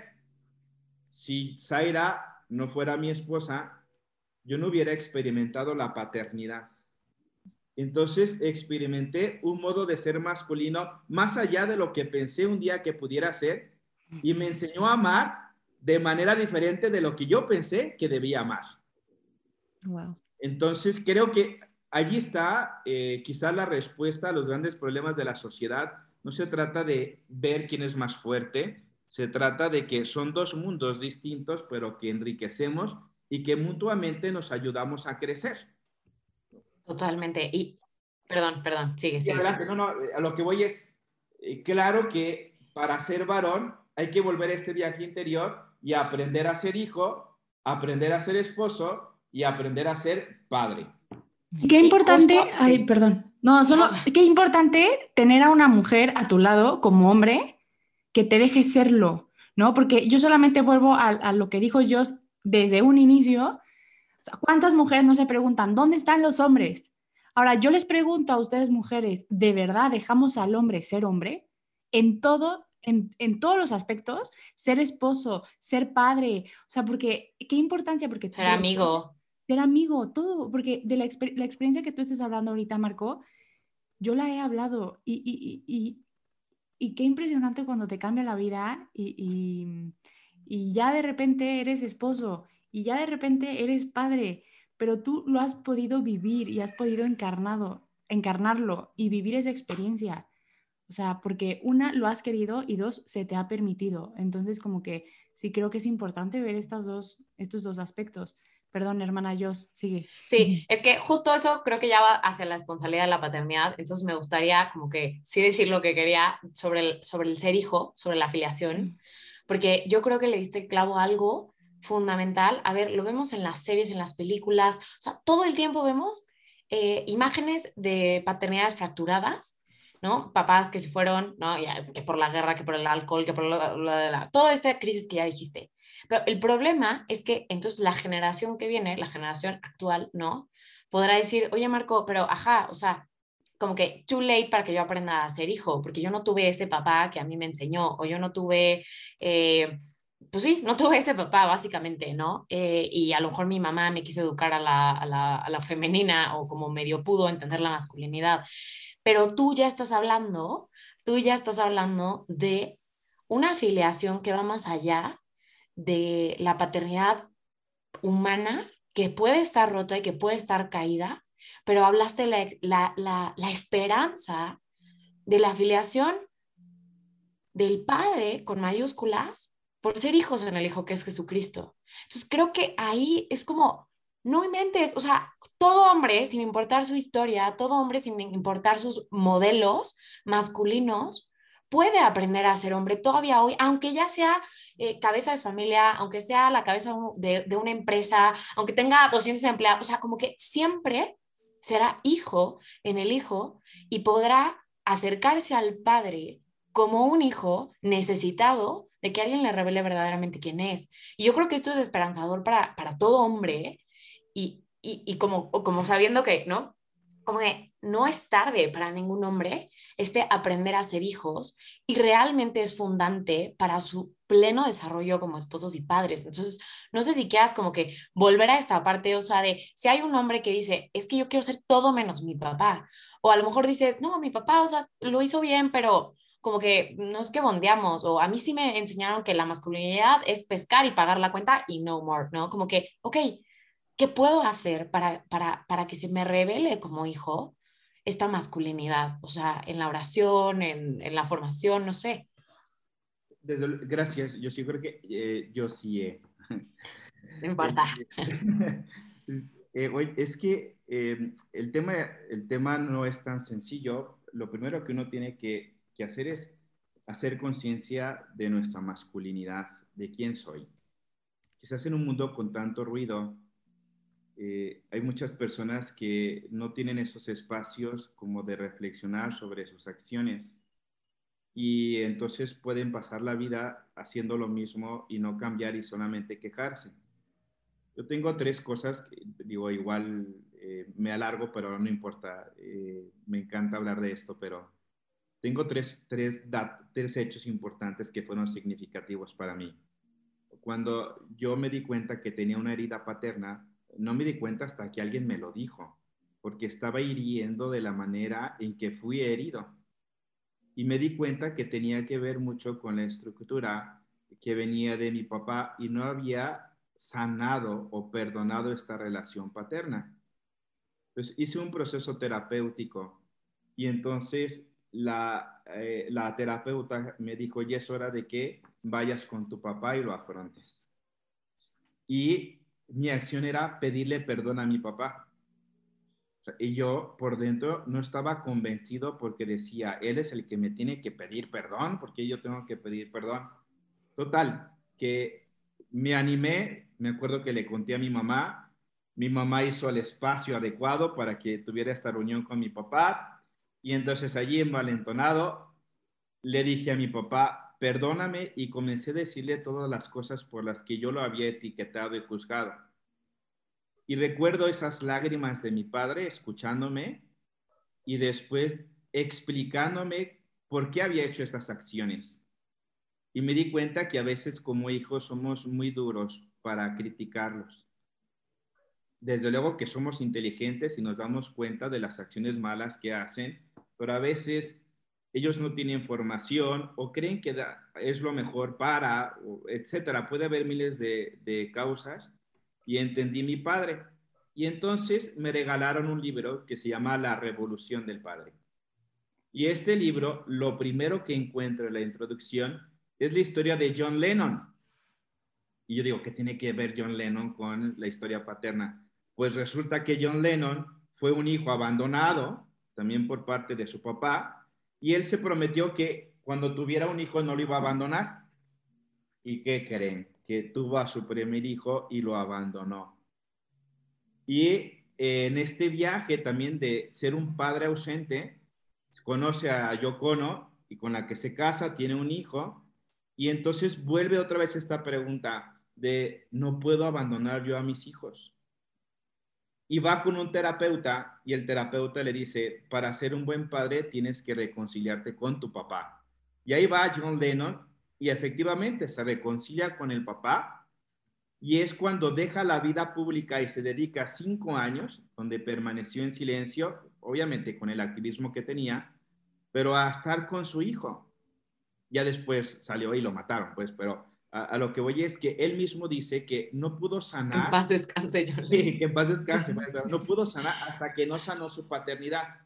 Si Zaira no fuera mi esposa, yo no hubiera experimentado la paternidad. Entonces experimenté un modo de ser masculino más allá de lo que pensé un día que pudiera ser, y me enseñó a amar de manera diferente de lo que yo pensé que debía amar. Wow. Entonces creo que allí está eh, quizá la respuesta a los grandes problemas de la sociedad. No se trata de ver quién es más fuerte, se trata de que son dos mundos distintos, pero que enriquecemos y que mutuamente nos ayudamos a crecer. Totalmente. Y, perdón, perdón, sigue, Sí, sigue. adelante. No, no, a lo que voy es, eh, claro que para ser varón hay que volver a este viaje interior y aprender a ser hijo, aprender a ser esposo y aprender a ser padre. Qué importante, justo, ay, sí. perdón, no, solo, No. qué importante tener a una mujer a tu lado como hombre que te deje serlo, ¿no? Porque yo solamente vuelvo a, a lo que dijo Joss desde un inicio. O sea, ¿cuántas mujeres no se preguntan, ¿dónde están los hombres? Ahora, yo les pregunto a ustedes mujeres, ¿de verdad dejamos al hombre ser hombre? En todo, en, en todos los aspectos, ser esposo, ser padre, o sea, porque, ¿qué importancia? Porque Ser amigo. Ser amigo, todo, porque de la, exper la experiencia que tú estés hablando ahorita, Marco, yo la he hablado y, y, y, y, y qué impresionante cuando te cambia la vida y, y, y ya de repente eres esposo y ya de repente eres padre, pero tú lo has podido vivir y has podido encarnado, encarnarlo y vivir esa experiencia. O sea, porque una, lo has querido y dos, se te ha permitido. Entonces, como que sí creo que es importante ver estas dos, estos dos aspectos. Perdón, hermana Jos, sigue. Sí, es que justo eso creo que ya va hacia la responsabilidad de la paternidad, entonces me gustaría como que sí decir lo que quería sobre el, sobre el ser hijo, sobre la afiliación, porque yo creo que le diste el clavo a algo fundamental. A ver, lo vemos en las series, en las películas, o sea, todo el tiempo vemos eh, imágenes de paternidades fracturadas, ¿no? Papás que se fueron, ¿no? Ya, que por la guerra, que por el alcohol, que por lo, lo de la, toda esta crisis que ya dijiste. Pero el problema es que entonces la generación que viene, la generación actual, ¿no? Podrá decir, oye Marco, pero ajá, o sea, como que too late para que yo aprenda a ser hijo, porque yo no tuve ese papá que a mí me enseñó, o yo no tuve, eh, pues sí, no tuve ese papá básicamente, ¿no? Eh, y a lo mejor mi mamá me quiso educar a la, a, la, a la femenina o como medio pudo entender la masculinidad, pero tú ya estás hablando, tú ya estás hablando de una afiliación que va más allá de la paternidad humana, que puede estar rota y que puede estar caída, pero hablaste de la, la, la, la esperanza de la afiliación del Padre con mayúsculas por ser hijos en el Hijo que es Jesucristo. Entonces creo que ahí es como, no inventes, o sea, todo hombre, sin importar su historia, todo hombre, sin importar sus modelos masculinos, puede aprender a ser hombre todavía hoy, aunque ya sea eh, cabeza de familia, aunque sea la cabeza de, de una empresa, aunque tenga doscientos empleados, o sea, como que siempre será hijo en el Hijo y podrá acercarse al Padre como un hijo necesitado de que alguien le revele verdaderamente quién es. Y yo creo que esto es esperanzador para, para todo hombre y, y, y como, como sabiendo que, ¿no? Como que no es tarde para ningún hombre este aprender a ser hijos y realmente es fundante para su pleno desarrollo como esposos y padres. Entonces, no sé si quieras como que volver a esta parte, o sea, de si hay un hombre que dice, es que yo quiero ser todo menos mi papá, o a lo mejor dice, no, mi papá, o sea, lo hizo bien, pero como que no es que bondeamos, o a mí sí me enseñaron que la masculinidad es pescar y pagar la cuenta y no more, ¿no? Como que, ok, ¿qué puedo hacer para, para, para que se me revele como hijo esta masculinidad? O sea, en la oración, en, en la formación, no sé. Desde, gracias, yo sí creo que eh, yo sí he. No importa. eh, oye, es que eh, el, tema, el tema no es tan sencillo. Lo primero que uno tiene que, que hacer es hacer conciencia de nuestra masculinidad, de quién soy. Quizás en un mundo con tanto ruido, eh, hay muchas personas que no tienen esos espacios como de reflexionar sobre sus acciones y entonces pueden pasar la vida haciendo lo mismo y no cambiar y solamente quejarse. Yo tengo tres cosas, que, digo, igual eh, me alargo, pero no importa, eh, me encanta hablar de esto, pero tengo tres, tres, tres hechos importantes que fueron significativos para mí. Cuando yo me di cuenta que tenía una herida paterna, no me di cuenta hasta que alguien me lo dijo, porque estaba hiriendo de la manera en que fui herido. Y me di cuenta que tenía que ver mucho con la estructura que venía de mi papá y no había sanado o perdonado esta relación paterna. Pues hice un proceso terapéutico y entonces la, eh, la terapeuta me dijo, ya es hora de que vayas con tu papá y lo afrontes. Y mi acción era pedirle perdón a mi papá. O sea, y yo por dentro no estaba convencido porque decía, él es el que me tiene que pedir perdón, porque yo tengo que pedir perdón. Total, que me animé, me acuerdo que le conté a mi mamá, mi mamá hizo el espacio adecuado para que tuviera esta reunión con mi papá, y entonces allí envalentonado le dije a mi papá, perdóname, y comencé a decirle todas las cosas por las que yo lo había etiquetado y juzgado. Y recuerdo esas lágrimas de mi padre escuchándome y después explicándome por qué había hecho estas acciones. Y me di cuenta que a veces como hijos somos muy duros para criticarlos. Desde luego que somos inteligentes y nos damos cuenta de las acciones malas que hacen, pero a veces ellos no tienen formación o creen que es lo mejor para, etcétera. Puede haber miles de, de causas. Y entendí mi padre. Y entonces me regalaron un libro que se llama La Revolución del Padre. Y este libro, lo primero que encuentro en la introducción es la historia de John Lennon. Y yo digo, ¿qué tiene que ver John Lennon con la historia paterna? Pues resulta que John Lennon fue un hijo abandonado, también por parte de su papá, y él se prometió que cuando tuviera un hijo no lo iba a abandonar. ¿Y qué creen? Que tuvo a su primer hijo y lo abandonó. Y eh, en este viaje también de ser un padre ausente, conoce a Yoko Ono y con la que se casa, tiene un hijo, y entonces vuelve otra vez esta pregunta de no puedo abandonar yo a mis hijos. Y va con un terapeuta y el terapeuta le dice, para ser un buen padre tienes que reconciliarte con tu papá. Y ahí va John Lennon y efectivamente se reconcilia con el papá y es cuando deja la vida pública y se dedica cinco años, donde permaneció en silencio, obviamente con el activismo que tenía, pero a estar con su hijo. Ya después salió y lo mataron, pues, pero a, a lo que voy es que él mismo dice que no pudo sanar. Que en paz descanse, John. Sí, que en paz descanse, pero no pudo sanar hasta que no sanó su paternidad.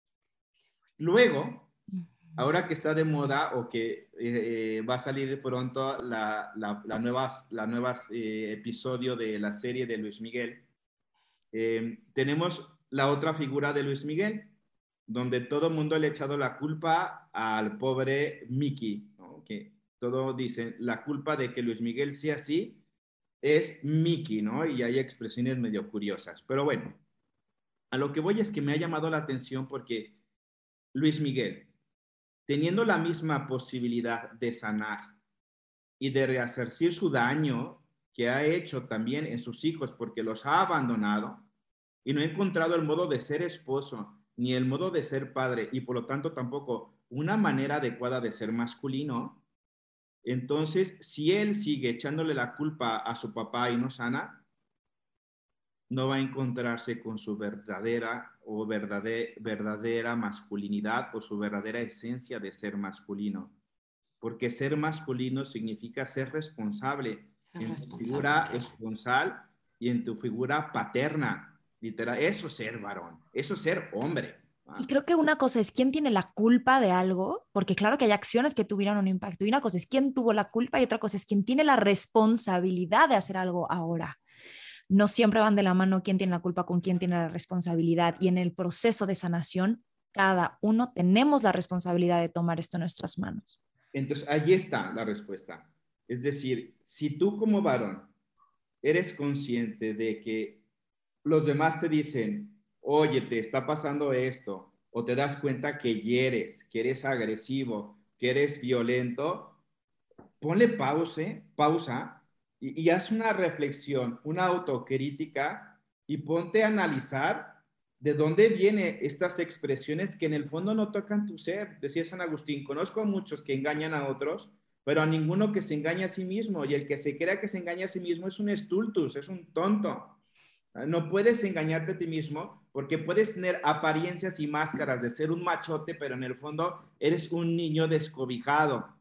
Luego, ahora que está de moda o que eh, va a salir pronto la, la, la nuevas, la nuevas eh, episodio de la serie de Luis Miguel, eh, tenemos la otra figura de Luis Miguel, donde todo el mundo le ha echado la culpa al pobre Mickey, ¿no? Que todo dicen, la culpa de que Luis Miguel sea así es Mickey, ¿no? Y hay expresiones medio curiosas. Pero bueno, a lo que voy es que me ha llamado la atención porque Luis Miguel, teniendo la misma posibilidad de sanar y de resarcir su daño que ha hecho también en sus hijos porque los ha abandonado y no ha encontrado el modo de ser esposo ni el modo de ser padre y por lo tanto tampoco una manera adecuada de ser masculino, entonces si él sigue echándole la culpa a su papá y no sana, no va a encontrarse con su verdadera o verdadera, verdadera masculinidad o su verdadera esencia de ser masculino. Porque ser masculino significa ser responsable ser en responsable, tu figura claro. esponsal y en tu figura paterna. Literal, eso es ser varón, eso es ser hombre. ¿Ah? Y creo que una cosa es quién tiene la culpa de algo, porque claro que hay acciones que tuvieron un impacto, y una cosa es quién tuvo la culpa y otra cosa es quién tiene la responsabilidad de hacer algo ahora. No siempre van de la mano quién tiene la culpa con quién tiene la responsabilidad, y en el proceso de sanación cada uno tenemos la responsabilidad de tomar esto en nuestras manos. Entonces, ahí está la respuesta. Es decir, si tú como varón eres consciente de que los demás te dicen, oye, te está pasando esto, o te das cuenta que hieres, que eres agresivo, que eres violento, ponle pause, pausa y, y haz una reflexión, una autocrítica y ponte a analizar de dónde vienen estas expresiones que en el fondo no tocan tu ser. Decía San Agustín, conozco a muchos que engañan a otros, pero a ninguno que se engañe a sí mismo. Y el que se crea que se engaña a sí mismo es un estultus, es un tonto. No puedes engañarte a ti mismo porque puedes tener apariencias y máscaras de ser un machote, pero en el fondo eres un niño descobijado,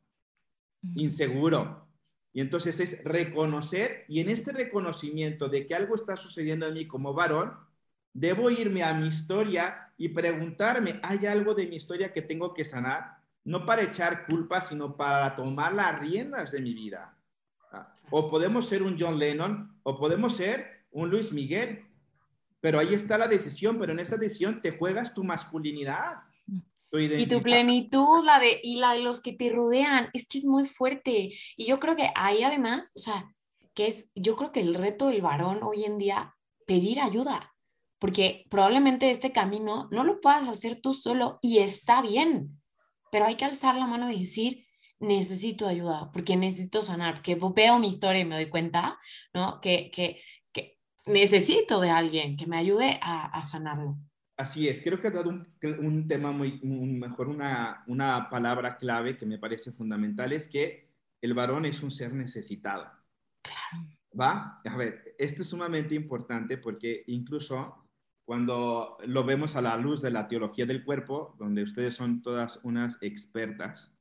inseguro. Y entonces es reconocer, y en este reconocimiento de que algo está sucediendo en mí como varón, debo irme a mi historia y preguntarme, ¿hay algo de mi historia que tengo que sanar? No para echar culpa, sino para tomar las riendas de mi vida. O podemos ser un John Lennon, o podemos ser un Luis Miguel. Pero ahí está la decisión, pero en esa decisión te juegas tu masculinidad. Tu y tu plenitud, la de, y la de los que te rodean. Es que es muy fuerte. Y yo creo que ahí además, o sea, que es, yo creo que el reto del varón hoy en día, pedir ayuda. Porque probablemente este camino no lo puedas hacer tú solo y está bien, pero hay que alzar la mano y decir, necesito ayuda, porque necesito sanar, que veo mi historia y me doy cuenta, ¿no? Que, que, que necesito de alguien que me ayude a, a sanarlo. Así es, creo que has dado un, un tema muy, un, mejor una, una palabra clave que me parece fundamental, es que el varón es un ser necesitado. Claro. ¿Va? A ver, esto es sumamente importante porque incluso cuando lo vemos a la luz de la teología del cuerpo, donde ustedes son todas unas expertas,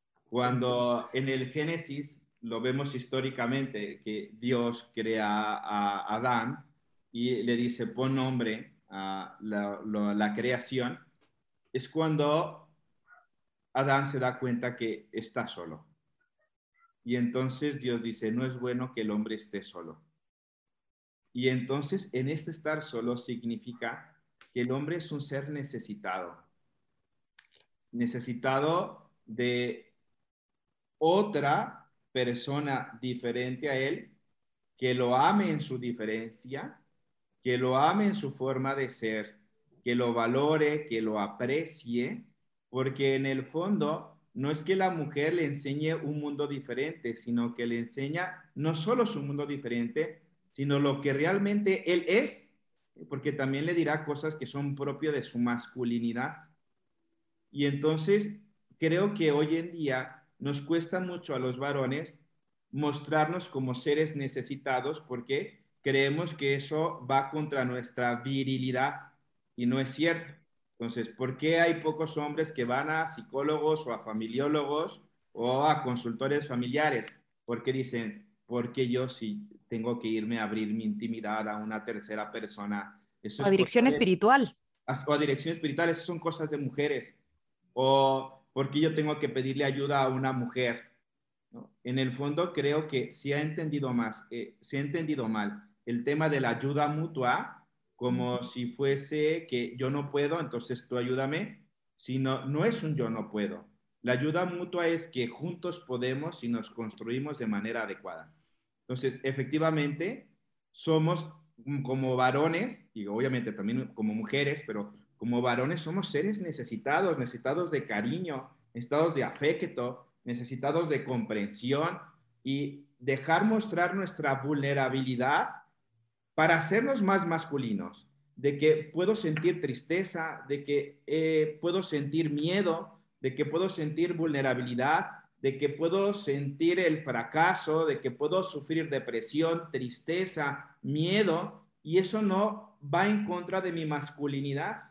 cuando en el Génesis lo vemos históricamente, que Dios crea a Adán y le dice, pon nombre a la, la, la creación, es cuando Adán se da cuenta que está solo. Y entonces Dios dice, no es bueno que el hombre esté solo. Y entonces en este estar solo significa que el hombre es un ser necesitado. Necesitado de otra persona diferente a él, que lo ame en su diferencia, que lo ame en su forma de ser, que lo valore, que lo aprecie, porque en el fondo no es que la mujer le enseñe un mundo diferente, sino que le enseña no solo su mundo diferente, sino lo que realmente él es, porque también le dirá cosas que son propias de su masculinidad. Y entonces creo que hoy en día nos cuesta mucho a los varones mostrarnos como seres necesitados porque creemos que eso va contra nuestra virilidad y no es cierto. Entonces, ¿por qué hay pocos hombres que van a psicólogos o a familiólogos o a consultores familiares? Porque dicen, porque yo sí tengo que irme a abrir mi intimidad a una tercera persona. Eso o es dirección de, espiritual. O a dirección espiritual, esas son cosas de mujeres. O porque yo tengo que pedirle ayuda a una mujer, ¿no? En el fondo creo que se ha entendido más, eh, se ha entendido mal el tema de la ayuda mutua como uh-huh. si fuese que yo no puedo, entonces tú ayúdame, sino no es un yo no puedo. La ayuda mutua es que juntos podemos y nos construimos de manera adecuada. Entonces, efectivamente, somos como varones, y obviamente también como mujeres, pero como varones somos seres necesitados, necesitados de cariño, necesitados de afecto, necesitados de comprensión y dejar mostrar nuestra vulnerabilidad para hacernos más masculinos, de que puedo sentir tristeza, de que eh, puedo sentir miedo, de que puedo sentir vulnerabilidad, de que puedo sentir el fracaso, de que puedo sufrir depresión, tristeza, miedo, y eso no va en contra de mi masculinidad.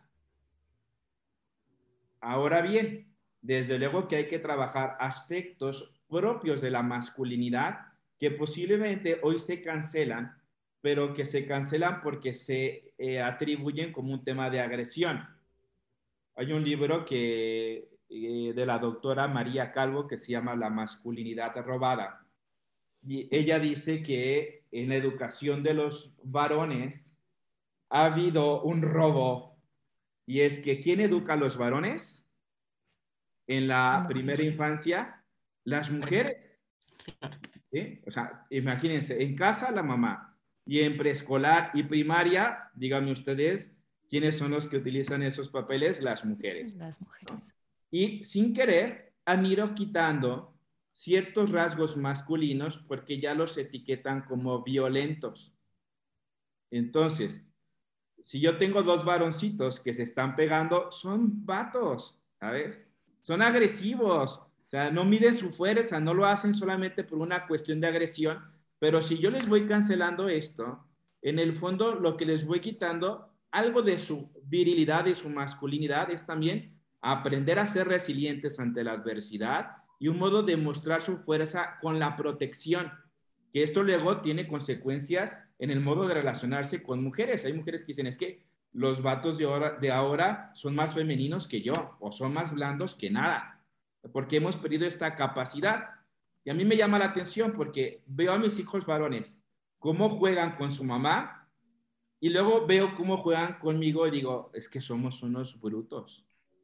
Ahora bien, desde luego que hay que trabajar aspectos propios de la masculinidad que posiblemente hoy se cancelan, pero que se cancelan porque se eh, atribuyen como un tema de agresión. Hay un libro que, eh, de la doctora María Calvo que se llama La masculinidad robada. Y ella dice que en la educación de los varones ha habido un robo. Y es que ¿quién educa a los varones? En la primera infancia, las mujeres. ¿Sí? O sea, imagínense, en casa la mamá y en preescolar y primaria, díganme ustedes, ¿quiénes son los que utilizan esos papeles? Las mujeres. Las mujeres. Y sin querer han ido quitando ciertos rasgos masculinos porque ya los etiquetan como violentos. Entonces, si yo tengo dos varoncitos que se están pegando, son vatos, ¿sabes? Son agresivos, o sea, no miden su fuerza, no lo hacen solamente por una cuestión de agresión, pero si yo les voy cancelando esto, en el fondo lo que les voy quitando, algo de su virilidad y su masculinidad es también aprender a ser resilientes ante la adversidad y un modo de mostrar su fuerza con la protección, que esto luego tiene consecuencias en el modo de relacionarse con mujeres. Hay mujeres que dicen, es que los vatos de ahora, de ahora son más femeninos que yo, o son más blandos que nada, porque hemos perdido esta capacidad. Y a mí me llama la atención porque veo a mis hijos varones, cómo juegan con su mamá, y luego veo cómo juegan conmigo y digo, es que somos unos brutos.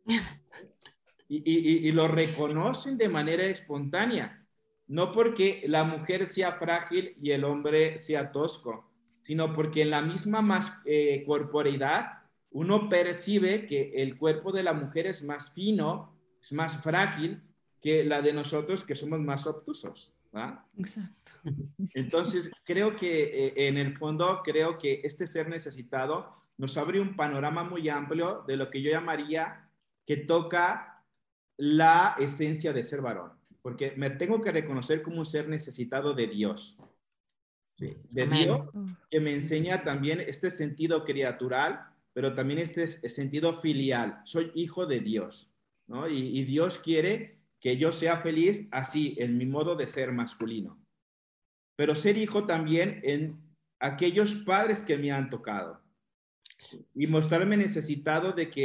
Y, y, y lo reconocen de manera espontánea, no porque la mujer sea frágil y el hombre sea tosco, sino porque en la misma más, eh, corporeidad uno percibe que el cuerpo de la mujer es más fino, es más frágil que la de nosotros que somos más obtusos, ¿verdad? Exacto. Entonces, creo que eh, en el fondo, creo que este ser necesitado nos abre un panorama muy amplio de lo que yo llamaría que toca la esencia de ser varón, porque me tengo que reconocer como un ser necesitado de Dios. ¿Sí? De Amén. Dios, que me enseña también este sentido criatural, pero también este sentido filial. Soy hijo de Dios, ¿no? Y, y Dios quiere que yo sea feliz así, en mi modo de ser masculino. Pero ser hijo también en aquellos padres que me han tocado. Y mostrarme necesitado de que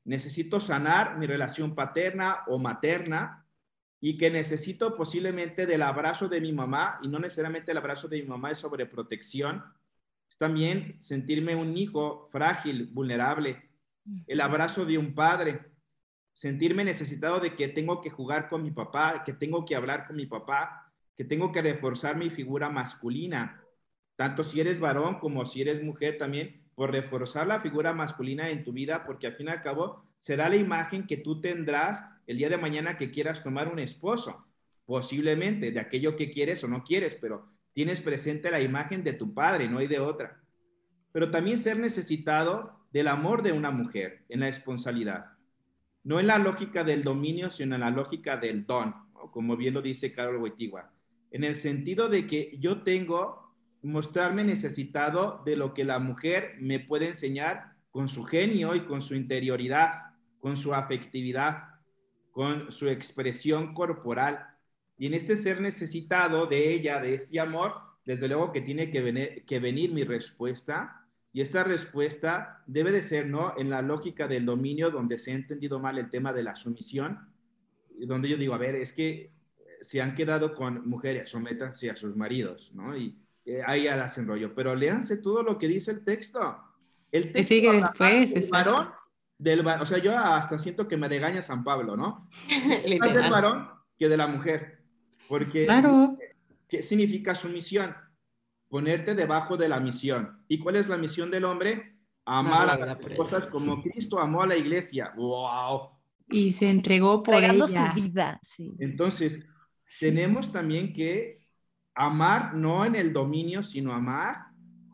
necesito sanar mi relación paterna o materna y que necesito posiblemente del abrazo de mi mamá, y no necesariamente el abrazo de mi mamá es sobre protección, es también sentirme un hijo frágil, vulnerable, el abrazo de un padre, sentirme necesitado de que tengo que jugar con mi papá, que tengo que hablar con mi papá, que tengo que reforzar mi figura masculina, tanto si eres varón como si eres mujer también, por reforzar la figura masculina en tu vida, porque al fin y al cabo será la imagen que tú tendrás el día de mañana que quieras tomar un esposo, posiblemente de aquello que quieres o no quieres, pero tienes presente la imagen de tu padre, no hay de otra. Pero también ser necesitado del amor de una mujer en la responsabilidad, no en la lógica del dominio, sino en la lógica del don, ¿no? Como bien lo dice Carol Wojtyła, en el sentido de que yo tengo mostrarme necesitado de lo que la mujer me puede enseñar con su genio y con su interioridad, con su afectividad, con su expresión corporal. Y en este ser necesitado de ella, de este amor, desde luego que tiene que venir, que venir mi respuesta. Y esta respuesta debe de ser, ¿no?, en la lógica del dominio, donde se ha entendido mal el tema de la sumisión, donde yo digo, a ver, es que se han quedado con mujeres, sométanse a sus maridos, ¿no? Y eh, ahí ya las enrollo. Pero léanse todo lo que dice el texto. El texto sigue habla después, del varón, del, o sea, yo hasta siento que me regaña San Pablo, ¿no? Más del varón que de la mujer. Porque, claro. ¿qué significa sumisión? Ponerte debajo de la misión. ¿Y cuál es la misión del hombre? Amar a las cosas como Cristo amó a la iglesia. ¡Wow! Y se entregó por Entregando ella. su vida, sí. Entonces, sí, tenemos también que amar no en el dominio, sino amar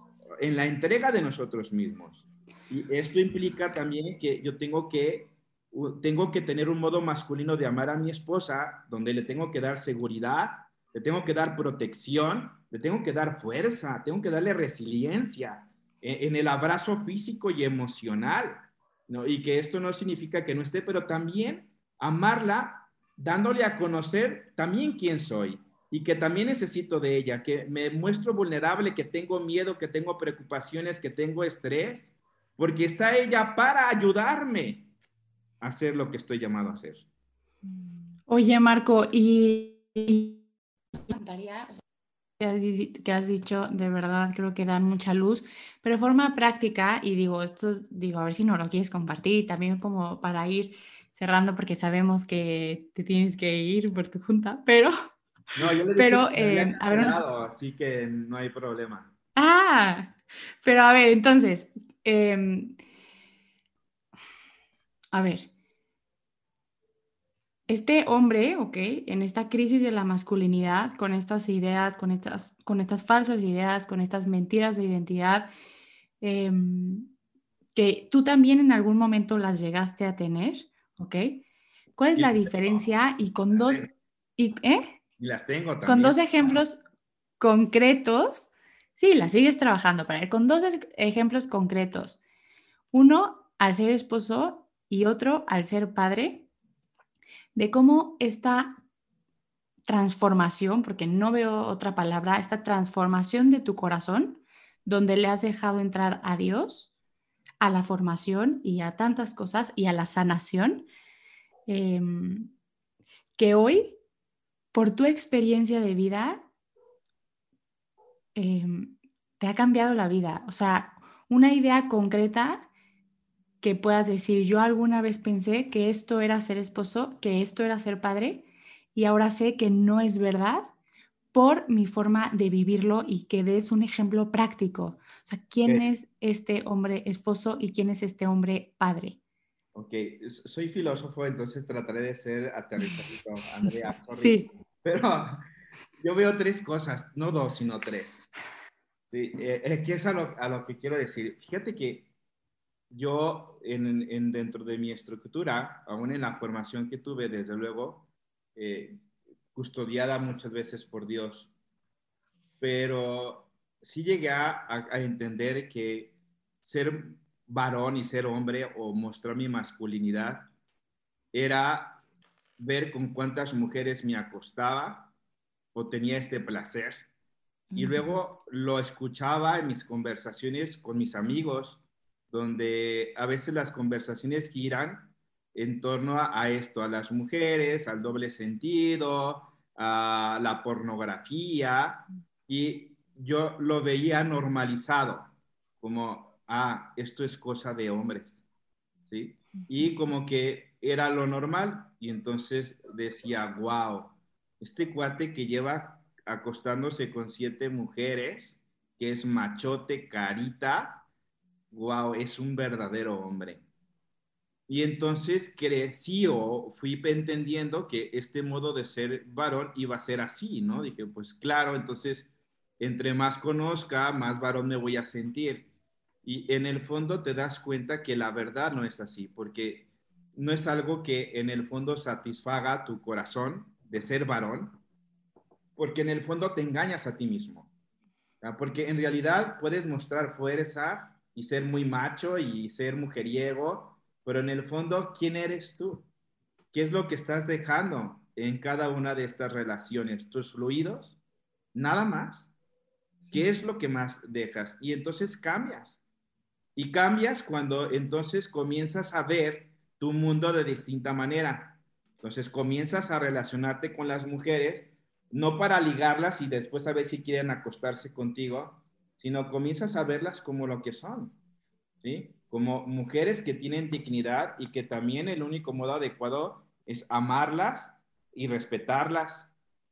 en la entrega de nosotros mismos. Y esto implica también que yo tengo que, tengo que tener un modo masculino de amar a mi esposa, donde le tengo que dar seguridad, le tengo que dar protección, le tengo que dar fuerza, tengo que darle resiliencia en, en el abrazo físico y emocional, ¿no? Y que esto no significa que no esté, pero también amarla dándole a conocer también quién soy y que también necesito de ella, que me muestro vulnerable, que tengo miedo, que tengo preocupaciones, que tengo estrés, porque está ella para ayudarme a hacer lo que estoy llamado a hacer. Oye, Marco, y, y que has dicho, de verdad creo que dan mucha luz, pero de forma práctica, y digo, esto, digo, a ver si no lo quieres compartir, y también como para ir cerrando, porque sabemos que te tienes que ir por tu junta, pero... No, yo le dije pero, que me había eh, a ver, así que no hay problema. Ah, pero a ver, entonces, eh, a ver, este hombre, ok, en esta crisis de la masculinidad, con estas ideas, con estas, con estas falsas ideas, con estas mentiras de identidad, eh, que tú también en algún momento las llegaste a tener, ok, ¿cuál es Y la las diferencia? Y con dos, y, ¿eh? Y las tengo también. Con dos ejemplos concretos, sí, las sigues trabajando, para ver, con dos ejemplos concretos. Uno al ser esposo y otro al ser padre, de cómo esta transformación, porque no veo otra palabra, esta transformación de tu corazón, donde le has dejado entrar a Dios, a la formación y a tantas cosas y a la sanación, eh, que hoy, por tu experiencia de vida, eh, te ha cambiado la vida. O sea, una idea concreta que puedas decir, yo alguna vez pensé que esto era ser esposo, que esto era ser padre, y ahora sé que no es verdad por mi forma de vivirlo y que des un ejemplo práctico. O sea, ¿quién okay. es este hombre esposo y quién es este hombre padre? Ok, soy filósofo, entonces trataré de ser aterrizadito, Andrea, sorry. Sí. Pero yo veo tres cosas, no dos, sino tres. Sí, eh, ¿qué es a lo, a lo que quiero decir? Fíjate que yo, en, en, dentro de mi estructura, aún en la formación que tuve, desde luego, eh, custodiada muchas veces por Dios, pero sí llegué a, a entender que ser varón y ser hombre o mostrar mi masculinidad era ver con cuántas mujeres me acostaba o tenía este placer. Y luego lo escuchaba en mis conversaciones con mis amigos, donde a veces las conversaciones giran en torno a, a esto, a las mujeres, al doble sentido, a la pornografía, y yo lo veía normalizado, como, ah, esto es cosa de hombres, ¿sí? Y como que era lo normal, y entonces decía, wow, este cuate que lleva acostándose con siete mujeres, que es machote, carita, wow, es un verdadero hombre. Y entonces crecí o fui entendiendo que este modo de ser varón iba a ser así, ¿no? Dije, pues claro, entonces entre más conozca, más varón me voy a sentir. Y en el fondo te das cuenta que la verdad no es así, porque no es algo que en el fondo satisfaga tu corazón de ser varón, porque en el fondo te engañas a ti mismo. ¿Ya? Porque en realidad puedes mostrar fuerza y ser muy macho y ser mujeriego, pero en el fondo, ¿quién eres tú? ¿Qué es lo que estás dejando en cada una de estas relaciones? ¿Tus fluidos? Nada más. ¿Qué es lo que más dejas? Y entonces cambias. Y cambias cuando entonces comienzas a ver tu mundo de distinta manera. Entonces comienzas a relacionarte con las mujeres, no para ligarlas y después a ver si quieren acostarse contigo, sino comienzas a verlas como lo que son, ¿sí? Como mujeres que tienen dignidad y que también el único modo adecuado es amarlas y respetarlas.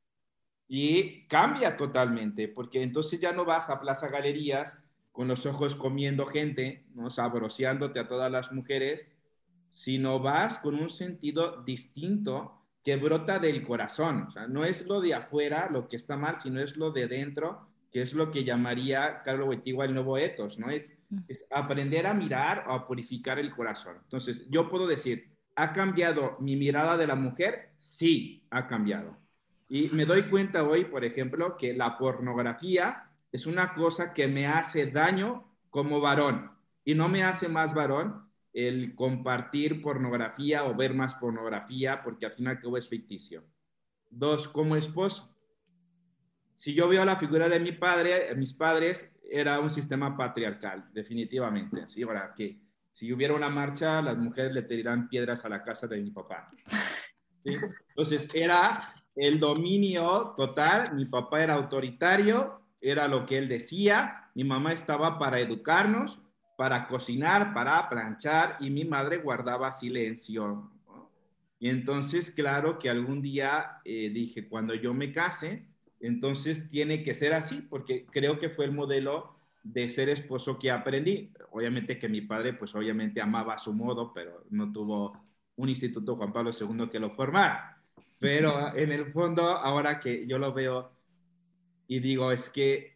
Y cambia totalmente, porque entonces ya no vas a Plaza Galerías con los ojos comiendo gente, ¿no? Sabroseándote a todas las mujeres, sino vas con un sentido distinto que brota del corazón. O sea, no es lo de afuera lo que está mal, sino es lo de dentro, que es lo que llamaría Carlo Wojtyła el nuevo etos, ¿no? Es, es aprender a mirar o a purificar el corazón. Entonces, yo puedo decir, ¿ha cambiado mi mirada de la mujer? Sí, ha cambiado. Y me doy cuenta hoy, por ejemplo, que la pornografía es una cosa que me hace daño como varón y no me hace más varón el compartir pornografía o ver más pornografía porque al fin y al cabo es ficticio. Dos, como esposo. Si yo veo la figura de mi padre, mis padres, era un sistema patriarcal, definitivamente. ¿Sí? Ahora, que si hubiera una marcha, las mujeres le tirarían piedras a la casa de mi papá. ¿Sí? Entonces, era el dominio total. Mi papá era autoritario, era lo que él decía. Mi mamá estaba para educarnos, para cocinar, para planchar, y mi madre guardaba silencio, ¿no? Y entonces, claro que algún día eh, dije, cuando yo me case, entonces tiene que ser así, porque creo que fue el modelo de ser esposo que aprendí. Obviamente que mi padre, pues obviamente amaba a su modo, pero no tuvo un instituto Juan Pablo segundo que lo formara. Pero en el fondo, ahora que yo lo veo y digo, es que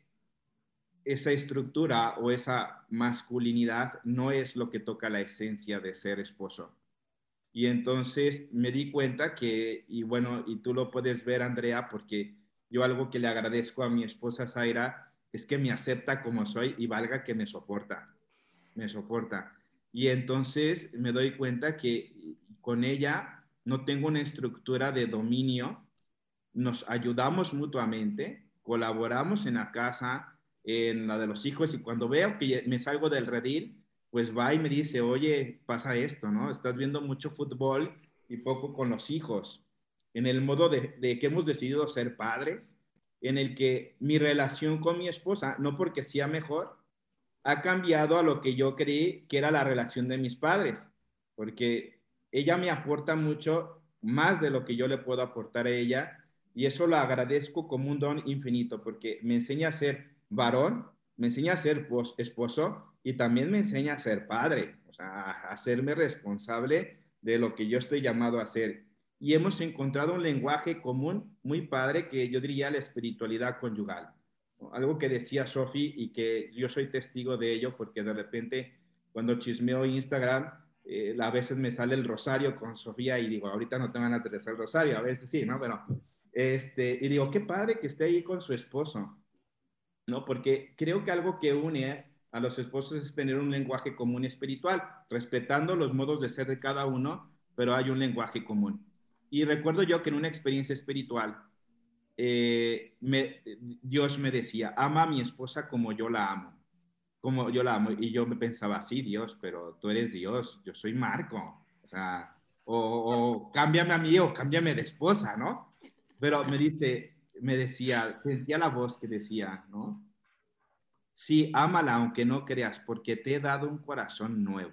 esa estructura o esa masculinidad no es lo que toca la esencia de ser esposo. Y entonces me di cuenta que, y bueno, y tú lo puedes ver, Andrea, porque yo algo que le agradezco a mi esposa Zaira es que me acepta como soy y valga que me soporta, me soporta. Y entonces me doy cuenta que con ella no tengo una estructura de dominio, nos ayudamos mutuamente, colaboramos en la casa, en la de los hijos, y cuando veo que me salgo del redil, pues va y me dice, oye, pasa esto, ¿no? Estás viendo mucho fútbol y poco con los hijos. En el modo de, de que hemos decidido ser padres, en el que mi relación con mi esposa, no porque sea mejor, ha cambiado a lo que yo creí que era la relación de mis padres, porque ella me aporta mucho más de lo que yo le puedo aportar a ella, y eso lo agradezco como un don infinito, porque me enseña a ser varón, me enseña a ser esposo y también me enseña a ser padre, o sea, a hacerme responsable de lo que yo estoy llamado a hacer. Y hemos encontrado un lenguaje común muy padre que yo diría la espiritualidad conyugal. Algo que decía Sofi y que yo soy testigo de ello porque de repente cuando chismeo Instagram, eh, a veces me sale el rosario con Sofía y digo, ahorita no te van a atravesar el rosario, a veces sí, ¿no? Pero, este, y digo, qué padre que esté ahí con su esposo, ¿no? Porque creo que algo que une a los esposos es tener un lenguaje común espiritual, respetando los modos de ser de cada uno, pero hay un lenguaje común. Y recuerdo yo que en una experiencia espiritual, Eh, me, Dios me decía, ama a mi esposa como yo la amo, como yo la amo. Y yo me pensaba, sí, Dios, pero tú eres Dios, yo soy Marco. O sea, o, o cámbiame a mí o cámbiame de esposa, ¿no? Pero me dice, me decía, sentía la voz que decía, ¿no? Sí, ámala aunque no creas, porque te he dado un corazón nuevo.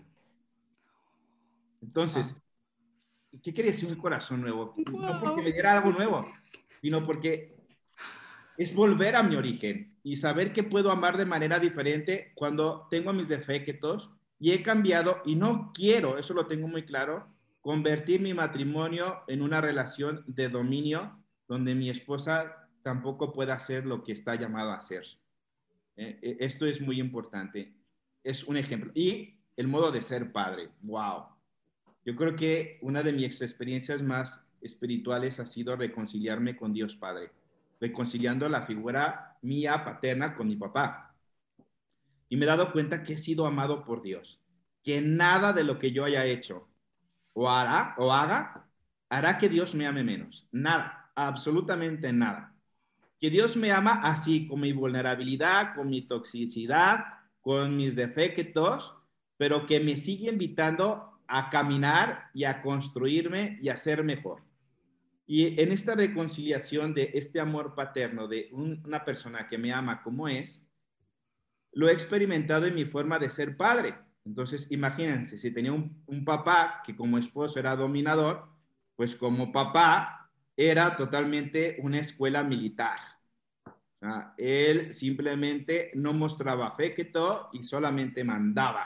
Entonces, ¿qué quiere decir un corazón nuevo? No porque me diera algo nuevo, sino porque es volver a mi origen y saber que puedo amar de manera diferente cuando tengo mis defectos y he cambiado y no quiero, eso lo tengo muy claro, convertir mi matrimonio en una relación de dominio donde mi esposa tampoco pueda hacer lo que está llamada a hacer. Eh, esto es muy importante. Es un ejemplo. Y el modo de ser padre. ¡Wow! Yo creo que una de mis experiencias más espirituales ha sido reconciliarme con Dios Padre, reconciliando la figura mía paterna con mi papá. Y me he dado cuenta que he sido amado por Dios, que nada de lo que yo haya hecho o hará o haga hará que Dios me ame menos. Nada, absolutamente nada. Que Dios me ama así, con mi vulnerabilidad, con mi toxicidad, con mis defectos, pero que me sigue invitando a caminar y a construirme y a ser mejor. Y en esta reconciliación de este amor paterno de un, una persona que me ama como es, lo he experimentado en mi forma de ser padre. Entonces, imagínense, si tenía un, un papá que como esposo era dominador, pues como papá era totalmente una escuela militar. O sea, él simplemente no mostraba afecto y solamente mandaba.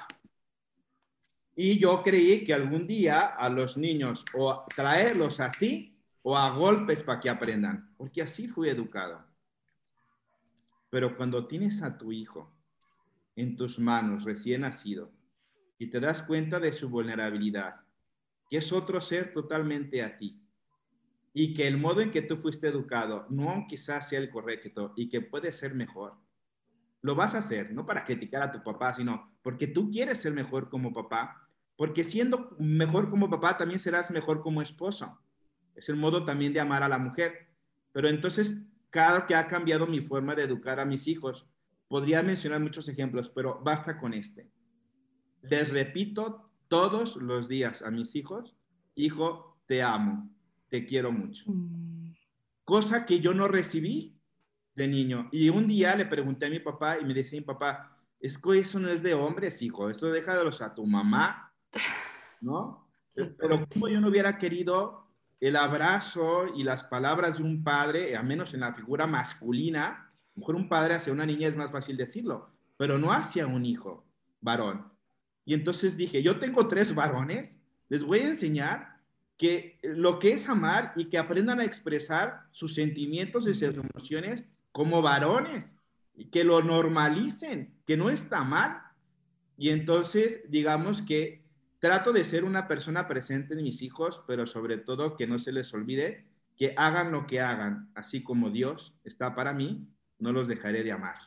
Y yo creí que algún día a los niños o traerlos así o a golpes para que aprendan, porque así fui educado. Pero cuando tienes a tu hijo en tus manos recién nacido y te das cuenta de su vulnerabilidad, que es otro ser totalmente a ti, y que el modo en que tú fuiste educado no quizás sea el correcto y que puede ser mejor, lo vas a hacer, no para criticar a tu papá, sino porque tú quieres ser mejor como papá, porque siendo mejor como papá también serás mejor como esposo. Es el modo también de amar a la mujer. Pero entonces, claro que ha cambiado mi forma de educar a mis hijos. Podría mencionar muchos ejemplos, pero basta con este. Les repito todos los días a mis hijos, hijo, te amo, te quiero mucho. Mm. Cosa que yo no recibí de niño. Y un día le pregunté a mi papá y me decía mi papá, es que eso no es de hombres, hijo, esto déjalos a tu mamá, ¿no? Pero como yo no hubiera querido el abrazo y las palabras de un padre, al menos en la figura masculina, a lo mejor un padre hacia una niña es más fácil decirlo, pero no hacia un hijo varón. Y entonces dije, yo tengo tres varones, les voy a enseñar que lo que es amar y que aprendan a expresar sus sentimientos y sus emociones como varones, y que lo normalicen, que no está mal. Y entonces, digamos que trato de ser una persona presente en mis hijos, pero sobre todo que no se les olvide que hagan lo que hagan, así como Dios está para mí, no los dejaré de amar.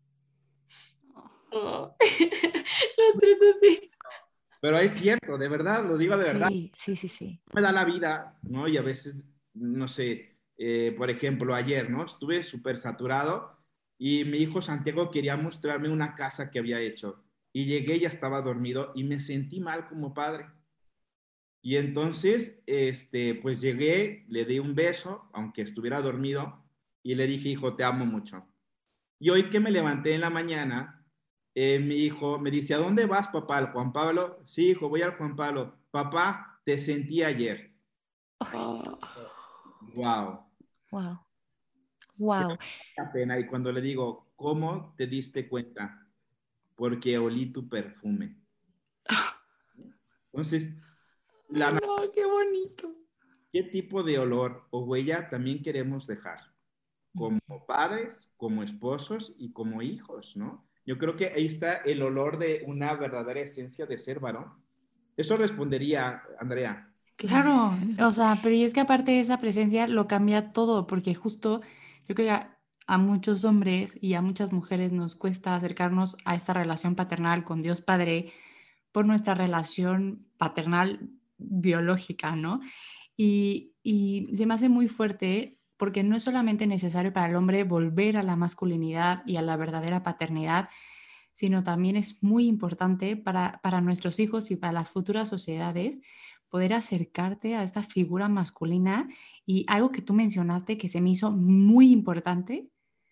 Oh. Los tres así. Pero es cierto, de verdad, lo digo de verdad. Sí, sí, sí, sí. Me da la vida, ¿no? Y a veces, no sé, eh, por ejemplo, ayer, ¿no? Estuve súper saturado y mi hijo Santiago quería mostrarme una casa que había hecho. Y llegué y ya estaba dormido y me sentí mal como padre. Y entonces, este, pues llegué, le di un beso, aunque estuviera dormido, y le dije, hijo, te amo mucho. Y hoy que me levanté en la mañana, eh, mi hijo me dice, ¿a dónde vas, papá? ¿Al Juan Pablo? Sí, hijo, voy al Juan Pablo. Papá, te sentí ayer. Oh. Wow. Wow. Wow. La pena. Y cuando le digo, ¿cómo te diste cuenta? Porque olí tu perfume. Entonces, la... no, qué bonito. ¿Qué tipo de olor o huella también queremos dejar? Como padres, como esposos y como hijos, ¿no? Yo creo que ahí está el olor de una verdadera esencia de ser varón. Eso respondería, Andrea. Claro, o sea, pero y es que aparte de esa presencia lo cambia todo, porque justo yo creo que a, a muchos hombres y a muchas mujeres nos cuesta acercarnos a esta relación paternal con Dios Padre por nuestra relación paternal biológica, ¿no? Y, y se me hace muy fuerte porque no es solamente necesario para el hombre volver a la masculinidad y a la verdadera paternidad, sino también es muy importante para, para nuestros hijos y para las futuras sociedades poder acercarte a esta figura masculina. Y algo que tú mencionaste que se me hizo muy importante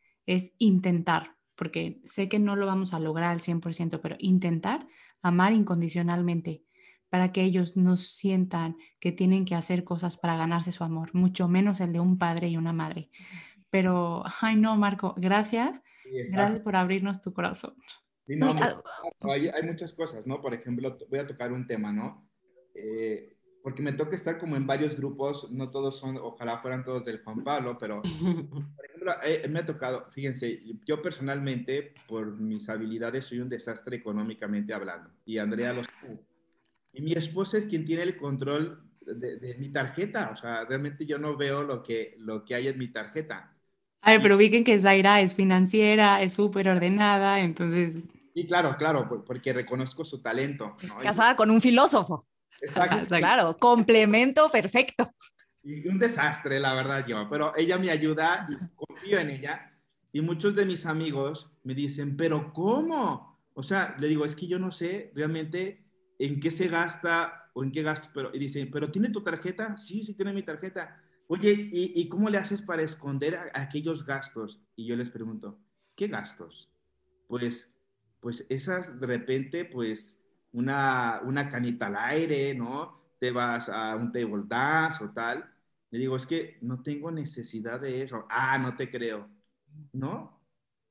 es intentar, porque sé que no lo vamos a lograr al cien por ciento, pero intentar amar incondicionalmente para que ellos no sientan que tienen que hacer cosas para ganarse su amor, mucho menos el de un padre y una madre. Pero, ay no, Marco, gracias, Sí, gracias exacto. por abrirnos tu corazón. Sí, no, Y mu- algo- hay, hay muchas cosas, ¿no? Por ejemplo, t- voy a tocar un tema, ¿no? Eh, porque me toca estar como en varios grupos, no todos son, ojalá fueran todos del Juan Pablo, pero, por ejemplo, eh, me ha tocado, fíjense, yo personalmente, por mis habilidades, soy un desastre económicamente hablando, y Andrea lo sabe. Y mi esposa es quien tiene el control de, de mi tarjeta, o sea, realmente yo no veo lo que, lo que hay en mi tarjeta. A ver, Y, pero ubiquen que Zaira es financiera, es súper ordenada, entonces... y claro, claro, por- porque reconozco su talento, ¿no? Y, casada con un filósofo. exacto. Entonces, claro, complemento perfecto. Y un desastre, la verdad, yo, pero ella me ayuda y confío en ella. Y muchos de mis amigos me dicen, pero ¿cómo? O sea, le digo, es que yo no sé realmente en qué se gasta o en qué gasto, pero y dicen, ¿pero tiene tu tarjeta? Sí, sí tiene mi tarjeta. Oye, ¿y, y cómo le haces para esconder a, a aquellos gastos? Y yo les pregunto, ¿qué gastos? Pues, pues esas de repente, pues una, una canita al aire, ¿no? Te vas a un table dance o tal. Le digo, es que no tengo necesidad de eso. Ah, no te creo, ¿no?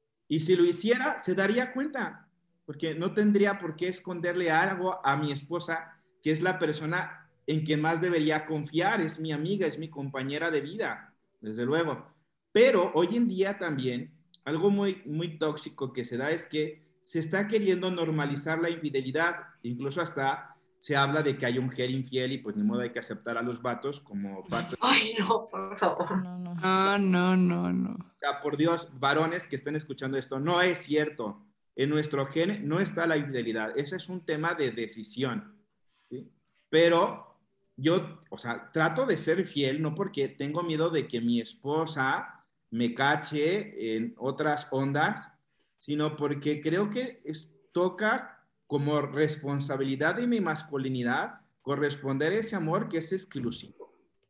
Y si lo hiciera, se daría cuenta, porque no tendría por qué esconderle algo a mi esposa, que es la persona en quien más debería confiar, es mi amiga, es mi compañera de vida, desde luego. Pero hoy en día también, algo muy, muy tóxico que se da es que se está queriendo normalizar la infidelidad, incluso hasta se habla de que hay un mujer infiel y pues ni modo hay que aceptar a los vatos como parte. Ay, no, por favor. No, no. No, no, no, no. O sea, por Dios, varones que estén escuchando esto, no es cierto. En nuestro gen no está la infidelidad. Ese es un tema de decisión. ¿Sí? Pero yo, o sea, trato de ser fiel, no porque tengo miedo de que mi esposa me cache en otras ondas, sino porque creo que es, toca como responsabilidad de mi masculinidad corresponder a ese amor que es exclusivo.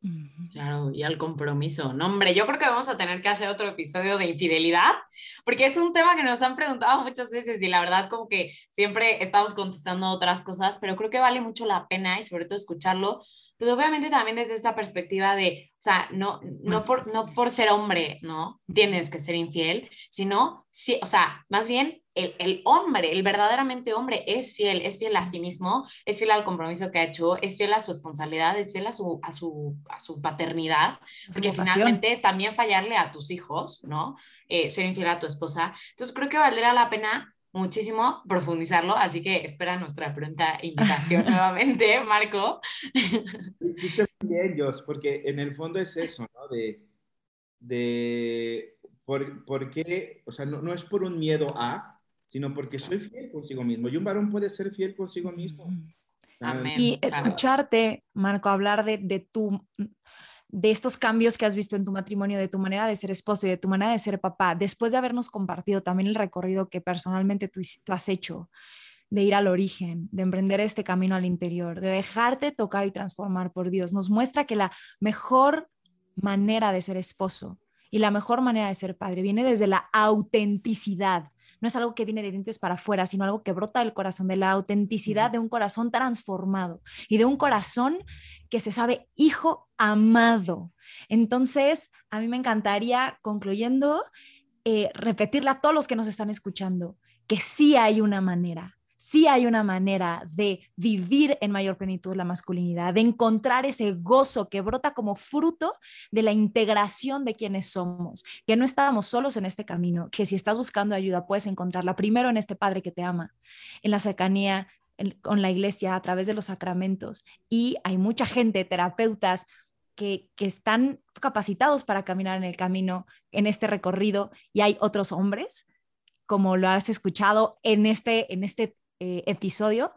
Claro, y al compromiso. No, hombre, yo creo que vamos a tener que hacer otro episodio de infidelidad, porque es un tema que nos han preguntado muchas veces y la verdad como que siempre estamos contestando otras cosas, pero creo que vale mucho la pena y sobre todo escucharlo, pues obviamente también desde esta perspectiva de, o sea, no, no, por, no por ser hombre, ¿no? Tienes que ser infiel, sino, sí, o sea, más bien el, el hombre, el verdaderamente hombre es fiel, es fiel a sí mismo, es fiel al compromiso que ha hecho, es fiel a su responsabilidad, es fiel a su, a su, a su paternidad, Su porque vocación. finalmente es también fallarle a tus hijos, ¿no? Eh, ser infiel a tu esposa. Entonces creo que valdrá la pena muchísimo profundizarlo, así que espera nuestra pronta invitación nuevamente, Marco. Lo hiciste muy bien, Jos, porque en el fondo es eso, ¿no? De, de por, por qué, o sea, no, no es por un miedo a, sino porque soy fiel consigo mismo. Y un varón puede ser fiel consigo mismo. O sea, Amén. Y Claro. escucharte, Marco, hablar de, de tu, de estos cambios que has visto en tu matrimonio, de tu manera de ser esposo y de tu manera de ser papá, después de habernos compartido también el recorrido que personalmente tú, tú has hecho, de ir al origen, de emprender este camino al interior, de dejarte tocar y transformar por Dios, nos muestra que la mejor manera de ser esposo y la mejor manera de ser padre viene desde la autenticidad. No es algo que viene de dientes para afuera, sino algo que brota del corazón, de la autenticidad de un corazón transformado y de un corazón que se sabe hijo amado. Entonces, a mí me encantaría, concluyendo, eh, repetirle a todos los que nos están escuchando que sí hay una manera, sí hay una manera de vivir en mayor plenitud la masculinidad, de encontrar ese gozo que brota como fruto de la integración de quienes somos, que no estamos solos en este camino, que si estás buscando ayuda puedes encontrarla primero en este Padre que te ama, en la cercanía en, con la iglesia, a través de los sacramentos. Y hay mucha gente, terapeutas, que, que están capacitados para caminar en el camino, en este recorrido, y hay otros hombres, como lo has escuchado en este, en este eh, episodio,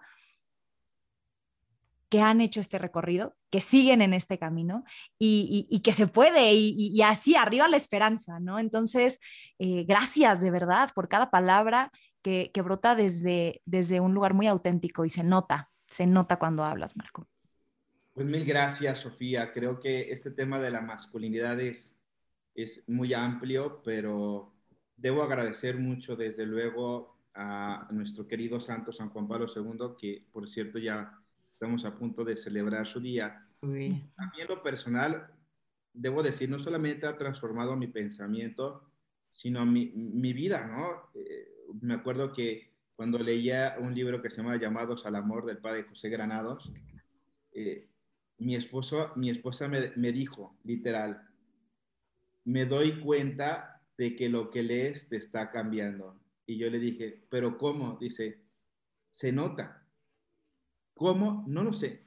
que han hecho este recorrido, que siguen en este camino y, y, y que se puede y, y, y así arriba la esperanza, ¿no? Entonces, eh, gracias de verdad por cada palabra que, que brota desde, desde un lugar muy auténtico y se nota, se nota cuando hablas, Marco. Pues mil gracias, Sofía. Creo que este tema de la masculinidad es, es muy amplio, pero debo agradecer mucho, desde luego, a nuestro querido santo San Juan Pablo segundo, que, por cierto, ya estamos a punto de celebrar su día. Sí. A mí, en lo personal, debo decir, no solamente ha transformado mi pensamiento, sino mi, mi vida, ¿no? Eh, me acuerdo que cuando leía un libro que se llama Llamados al Amor, del padre José Granados, eh, mi, esposo, mi esposa me, me dijo, literal, me doy cuenta de que lo que lees te está cambiando. Y yo le dije, ¿pero cómo? Dice, se nota. ¿Cómo? No lo sé.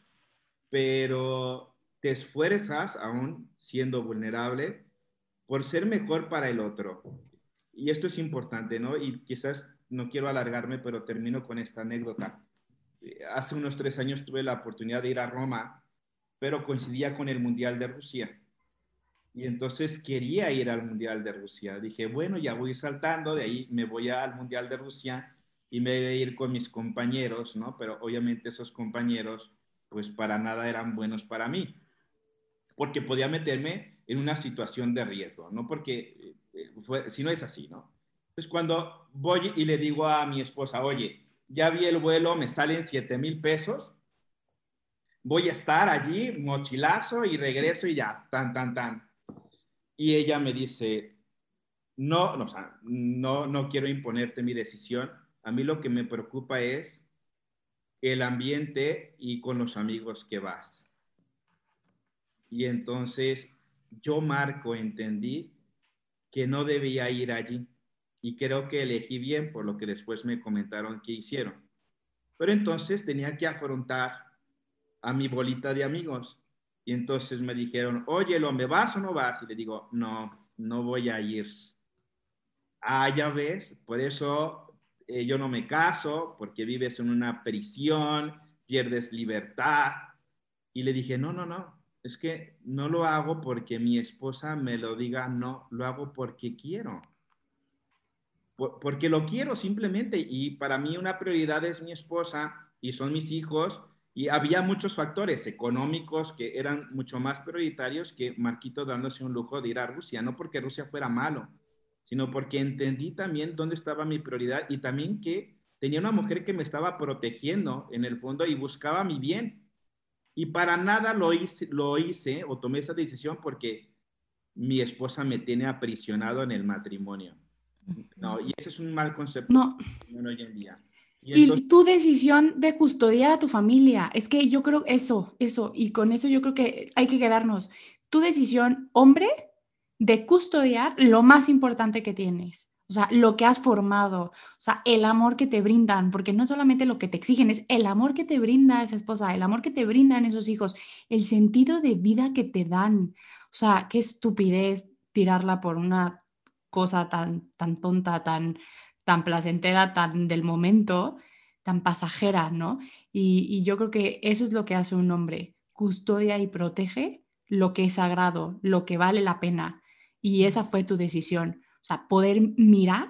Pero te esfuerzas, aún siendo vulnerable, por ser mejor para el otro. Y esto es importante, ¿no? Y quizás no quiero alargarme, pero termino con esta anécdota. Hace unos tres años tuve la oportunidad de ir a Roma, pero coincidía con el Mundial de Rusia. Y entonces quería ir al Mundial de Rusia. Dije, bueno, ya voy saltando, de ahí me voy al Mundial de Rusia y me voy a ir con mis compañeros, ¿no? Pero obviamente esos compañeros, pues para nada eran buenos para mí, porque podía meterme en una situación de riesgo, ¿no? Porque eh, fue, si no es así, ¿no? Entonces cuando voy y le digo a mi esposa, oye, ya vi el vuelo, me salen siete mil pesos, voy a estar allí, mochilazo, y regreso y ya, tan, tan, tan. Y ella me dice, no, no, o sea, no, no quiero imponerte mi decisión. A mí lo que me preocupa es el ambiente y con los amigos que vas. Y entonces yo, Marco, entendí que no debía ir allí. Y creo que elegí bien, por lo que después me comentaron que hicieron. Pero entonces tenía que afrontar a mi bolita de amigos. Y entonces me dijeron, oye, ¿lo me vas o no vas? Y le digo, no, no voy a ir. Ah, ya ves, por eso eh, yo no me caso, porque vives en una prisión, pierdes libertad. Y le dije, no, no, no, es que no lo hago porque mi esposa me lo diga, no, lo hago porque quiero. Por, porque lo quiero simplemente, y para mí una prioridad es mi esposa y son mis hijos, y había muchos factores económicos que eran mucho más prioritarios que Marquito dándose un lujo de ir a Rusia, no porque Rusia fuera malo, sino porque entendí también dónde estaba mi prioridad, y también que tenía una mujer que me estaba protegiendo en el fondo y buscaba mi bien. Y para nada lo hice, lo hice o tomé esa decisión porque mi esposa me tiene aprisionado en el matrimonio. No, y ese es un mal concepto No. hoy en día. Y, Y entonces, tu decisión de custodiar a tu familia, es que yo creo eso, eso, y con eso yo creo que hay que quedarnos. Tu decisión, hombre, de custodiar lo más importante que tienes, o sea, lo que has formado, o sea, el amor que te brindan, porque no solamente lo que te exigen, es el amor que te brinda esa esposa, el amor que te brindan esos hijos, el sentido de vida que te dan. O sea, qué estupidez tirarla por una cosa tan, tan tonta, tan, tan placentera, tan del momento, tan pasajera, ¿no? Y, y yo creo que eso es lo que hace un hombre, custodia y protege lo que es sagrado, lo que vale la pena. Y esa fue tu decisión. O sea, poder mirar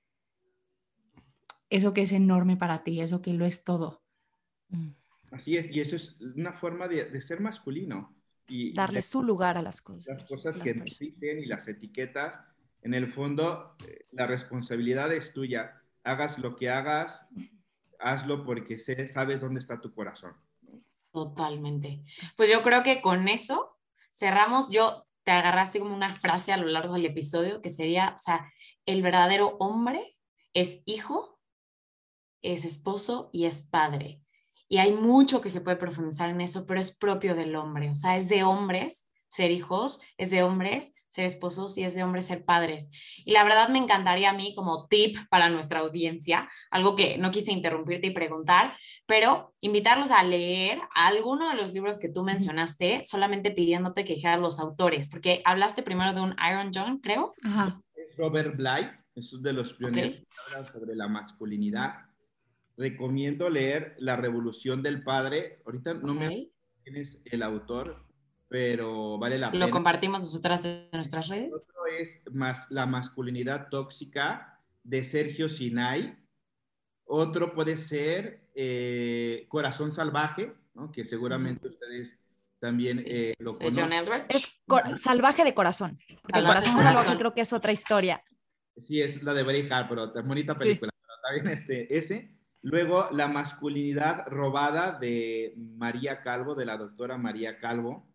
eso que es enorme para ti, eso que lo es todo. así es, y eso es una forma de, de ser masculino. Y Darle de, su lugar a las cosas. las cosas las que nos dicen y las etiquetas, en el fondo, eh, la responsabilidad es tuya. Hagas lo que hagas, hazlo porque sé, sabes dónde está tu corazón, ¿no? Totalmente. Pues yo creo que con eso cerramos. Yo te agarraste como una frase a lo largo del episodio que sería, o sea, el verdadero hombre es hijo, es esposo y es padre. Y hay mucho que se puede profundizar en eso, pero es propio del hombre. O sea, es de hombres ser hijos, es de hombres ser esposos y es de hombres ser padres. Y la verdad me encantaría a mí como tip para nuestra audiencia, algo que no quise interrumpirte y preguntar, pero invitarlos a leer alguno de los libros que tú mencionaste, solamente pidiéndote que dijeras los autores, porque hablaste primero de un Iron John, creo. Ajá. Es Robert Bly, es uno de los pioneros Okay. que habla sobre la masculinidad. Recomiendo leer La Revolución del Padre. Ahorita no Okay. me acuerdo quién es el autor, pero vale la Lo pena. compartimos nosotras en nuestras redes. Otro es más La masculinidad tóxica, de Sergio Sinai. Otro puede ser eh, Corazón Salvaje, ¿no? Que seguramente uh-huh. ustedes también sí. eh, lo conocen. De John Eldredge. Es cor- salvaje de corazón. Porque salvaje Corazón Salvaje corazón. Creo que es otra historia. Sí, es la de Braveheart, pero es bonita película. Sí. Pero está bien este, ese. Luego, La masculinidad robada de María Calvo, de la doctora María Calvo.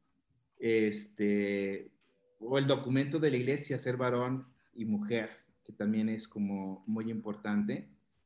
Este, o El documento de la iglesia, Ser varón y mujer, que también es como muy importante.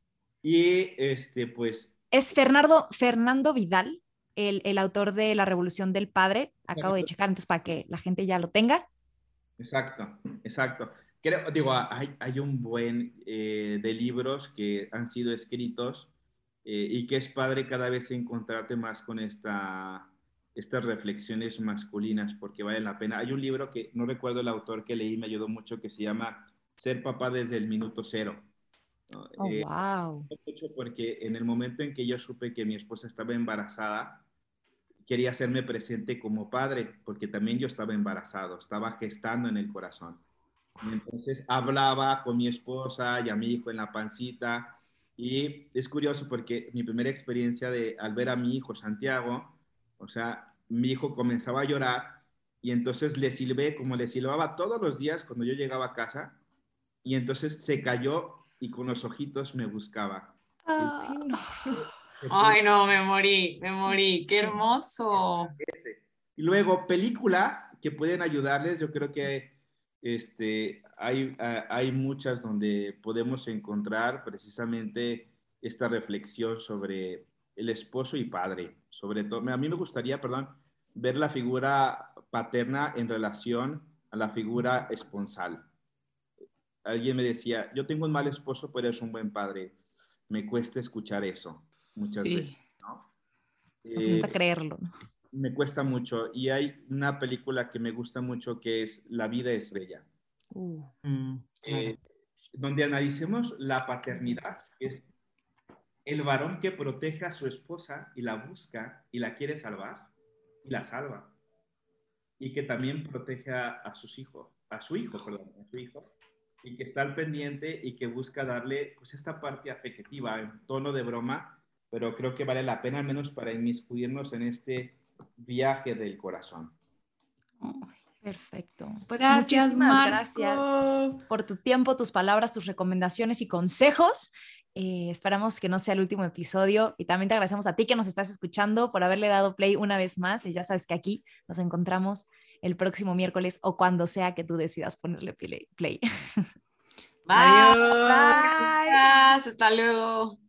Y este, pues... Es Fernando, Fernando Vidal, el, el autor de La Revolución del Padre. Acabo de checar, entonces para que la gente ya lo tenga. Exacto, exacto. Creo, digo, hay, hay un buen eh, de libros que han sido escritos eh, y que es padre cada vez encontrarte más con esta, estas reflexiones masculinas porque vale la pena. Hay un libro que no recuerdo el autor que leí, me ayudó mucho, que se llama Ser papá desde el minuto cero. ¿No? Oh, eh, wow. Mucho porque en el momento en que yo supe que mi esposa estaba embarazada, quería hacerme presente como padre, porque también yo estaba embarazado, estaba gestando en el corazón. Y entonces hablaba con mi esposa y a mi hijo en la pancita. Y es curioso porque mi primera experiencia de al ver a mi hijo Santiago, o sea, mi hijo comenzaba a llorar y entonces le silbé como le silbaba todos los días cuando yo llegaba a casa y entonces se cayó y con los ojitos me buscaba. Ay, no. Ay, no, me morí, me morí. Qué hermoso. Y luego, películas que pueden ayudarles. Yo creo que este, hay, hay muchas donde podemos encontrar precisamente esta reflexión sobre el esposo y padre. Sobre todo, a mí me gustaría, perdón, ver la figura paterna en relación a la figura esponsal. Alguien me decía, yo tengo un mal esposo, pero es un buen padre. Me cuesta escuchar eso muchas sí. veces, ¿no? Nos gusta eh, creerlo, ¿no? Me cuesta mucho. Y hay una película que me gusta mucho que es La vida es bella. Uh, mm, eh, claro. Donde analicemos la paternidad, que es el varón que protege a su esposa y la busca y la quiere salvar y la salva. Y que también protege a, a sus hijos, a su hijo, perdón, a su hijo. Y que está al pendiente y que busca darle pues esta parte afectiva en tono de broma, pero creo que vale la pena al menos para inmiscuirnos en este viaje del corazón. Perfecto. Pues gracias, muchísimas Marco. Gracias por tu tiempo, tus palabras, tus recomendaciones y consejos. Eh, esperamos que no sea el último episodio y también te agradecemos a ti que nos estás escuchando por haberle dado play una vez más y ya sabes que aquí nos encontramos el próximo miércoles o cuando sea que tú decidas ponerle play. Bye. Adiós. Bye. Gracias. Hasta luego.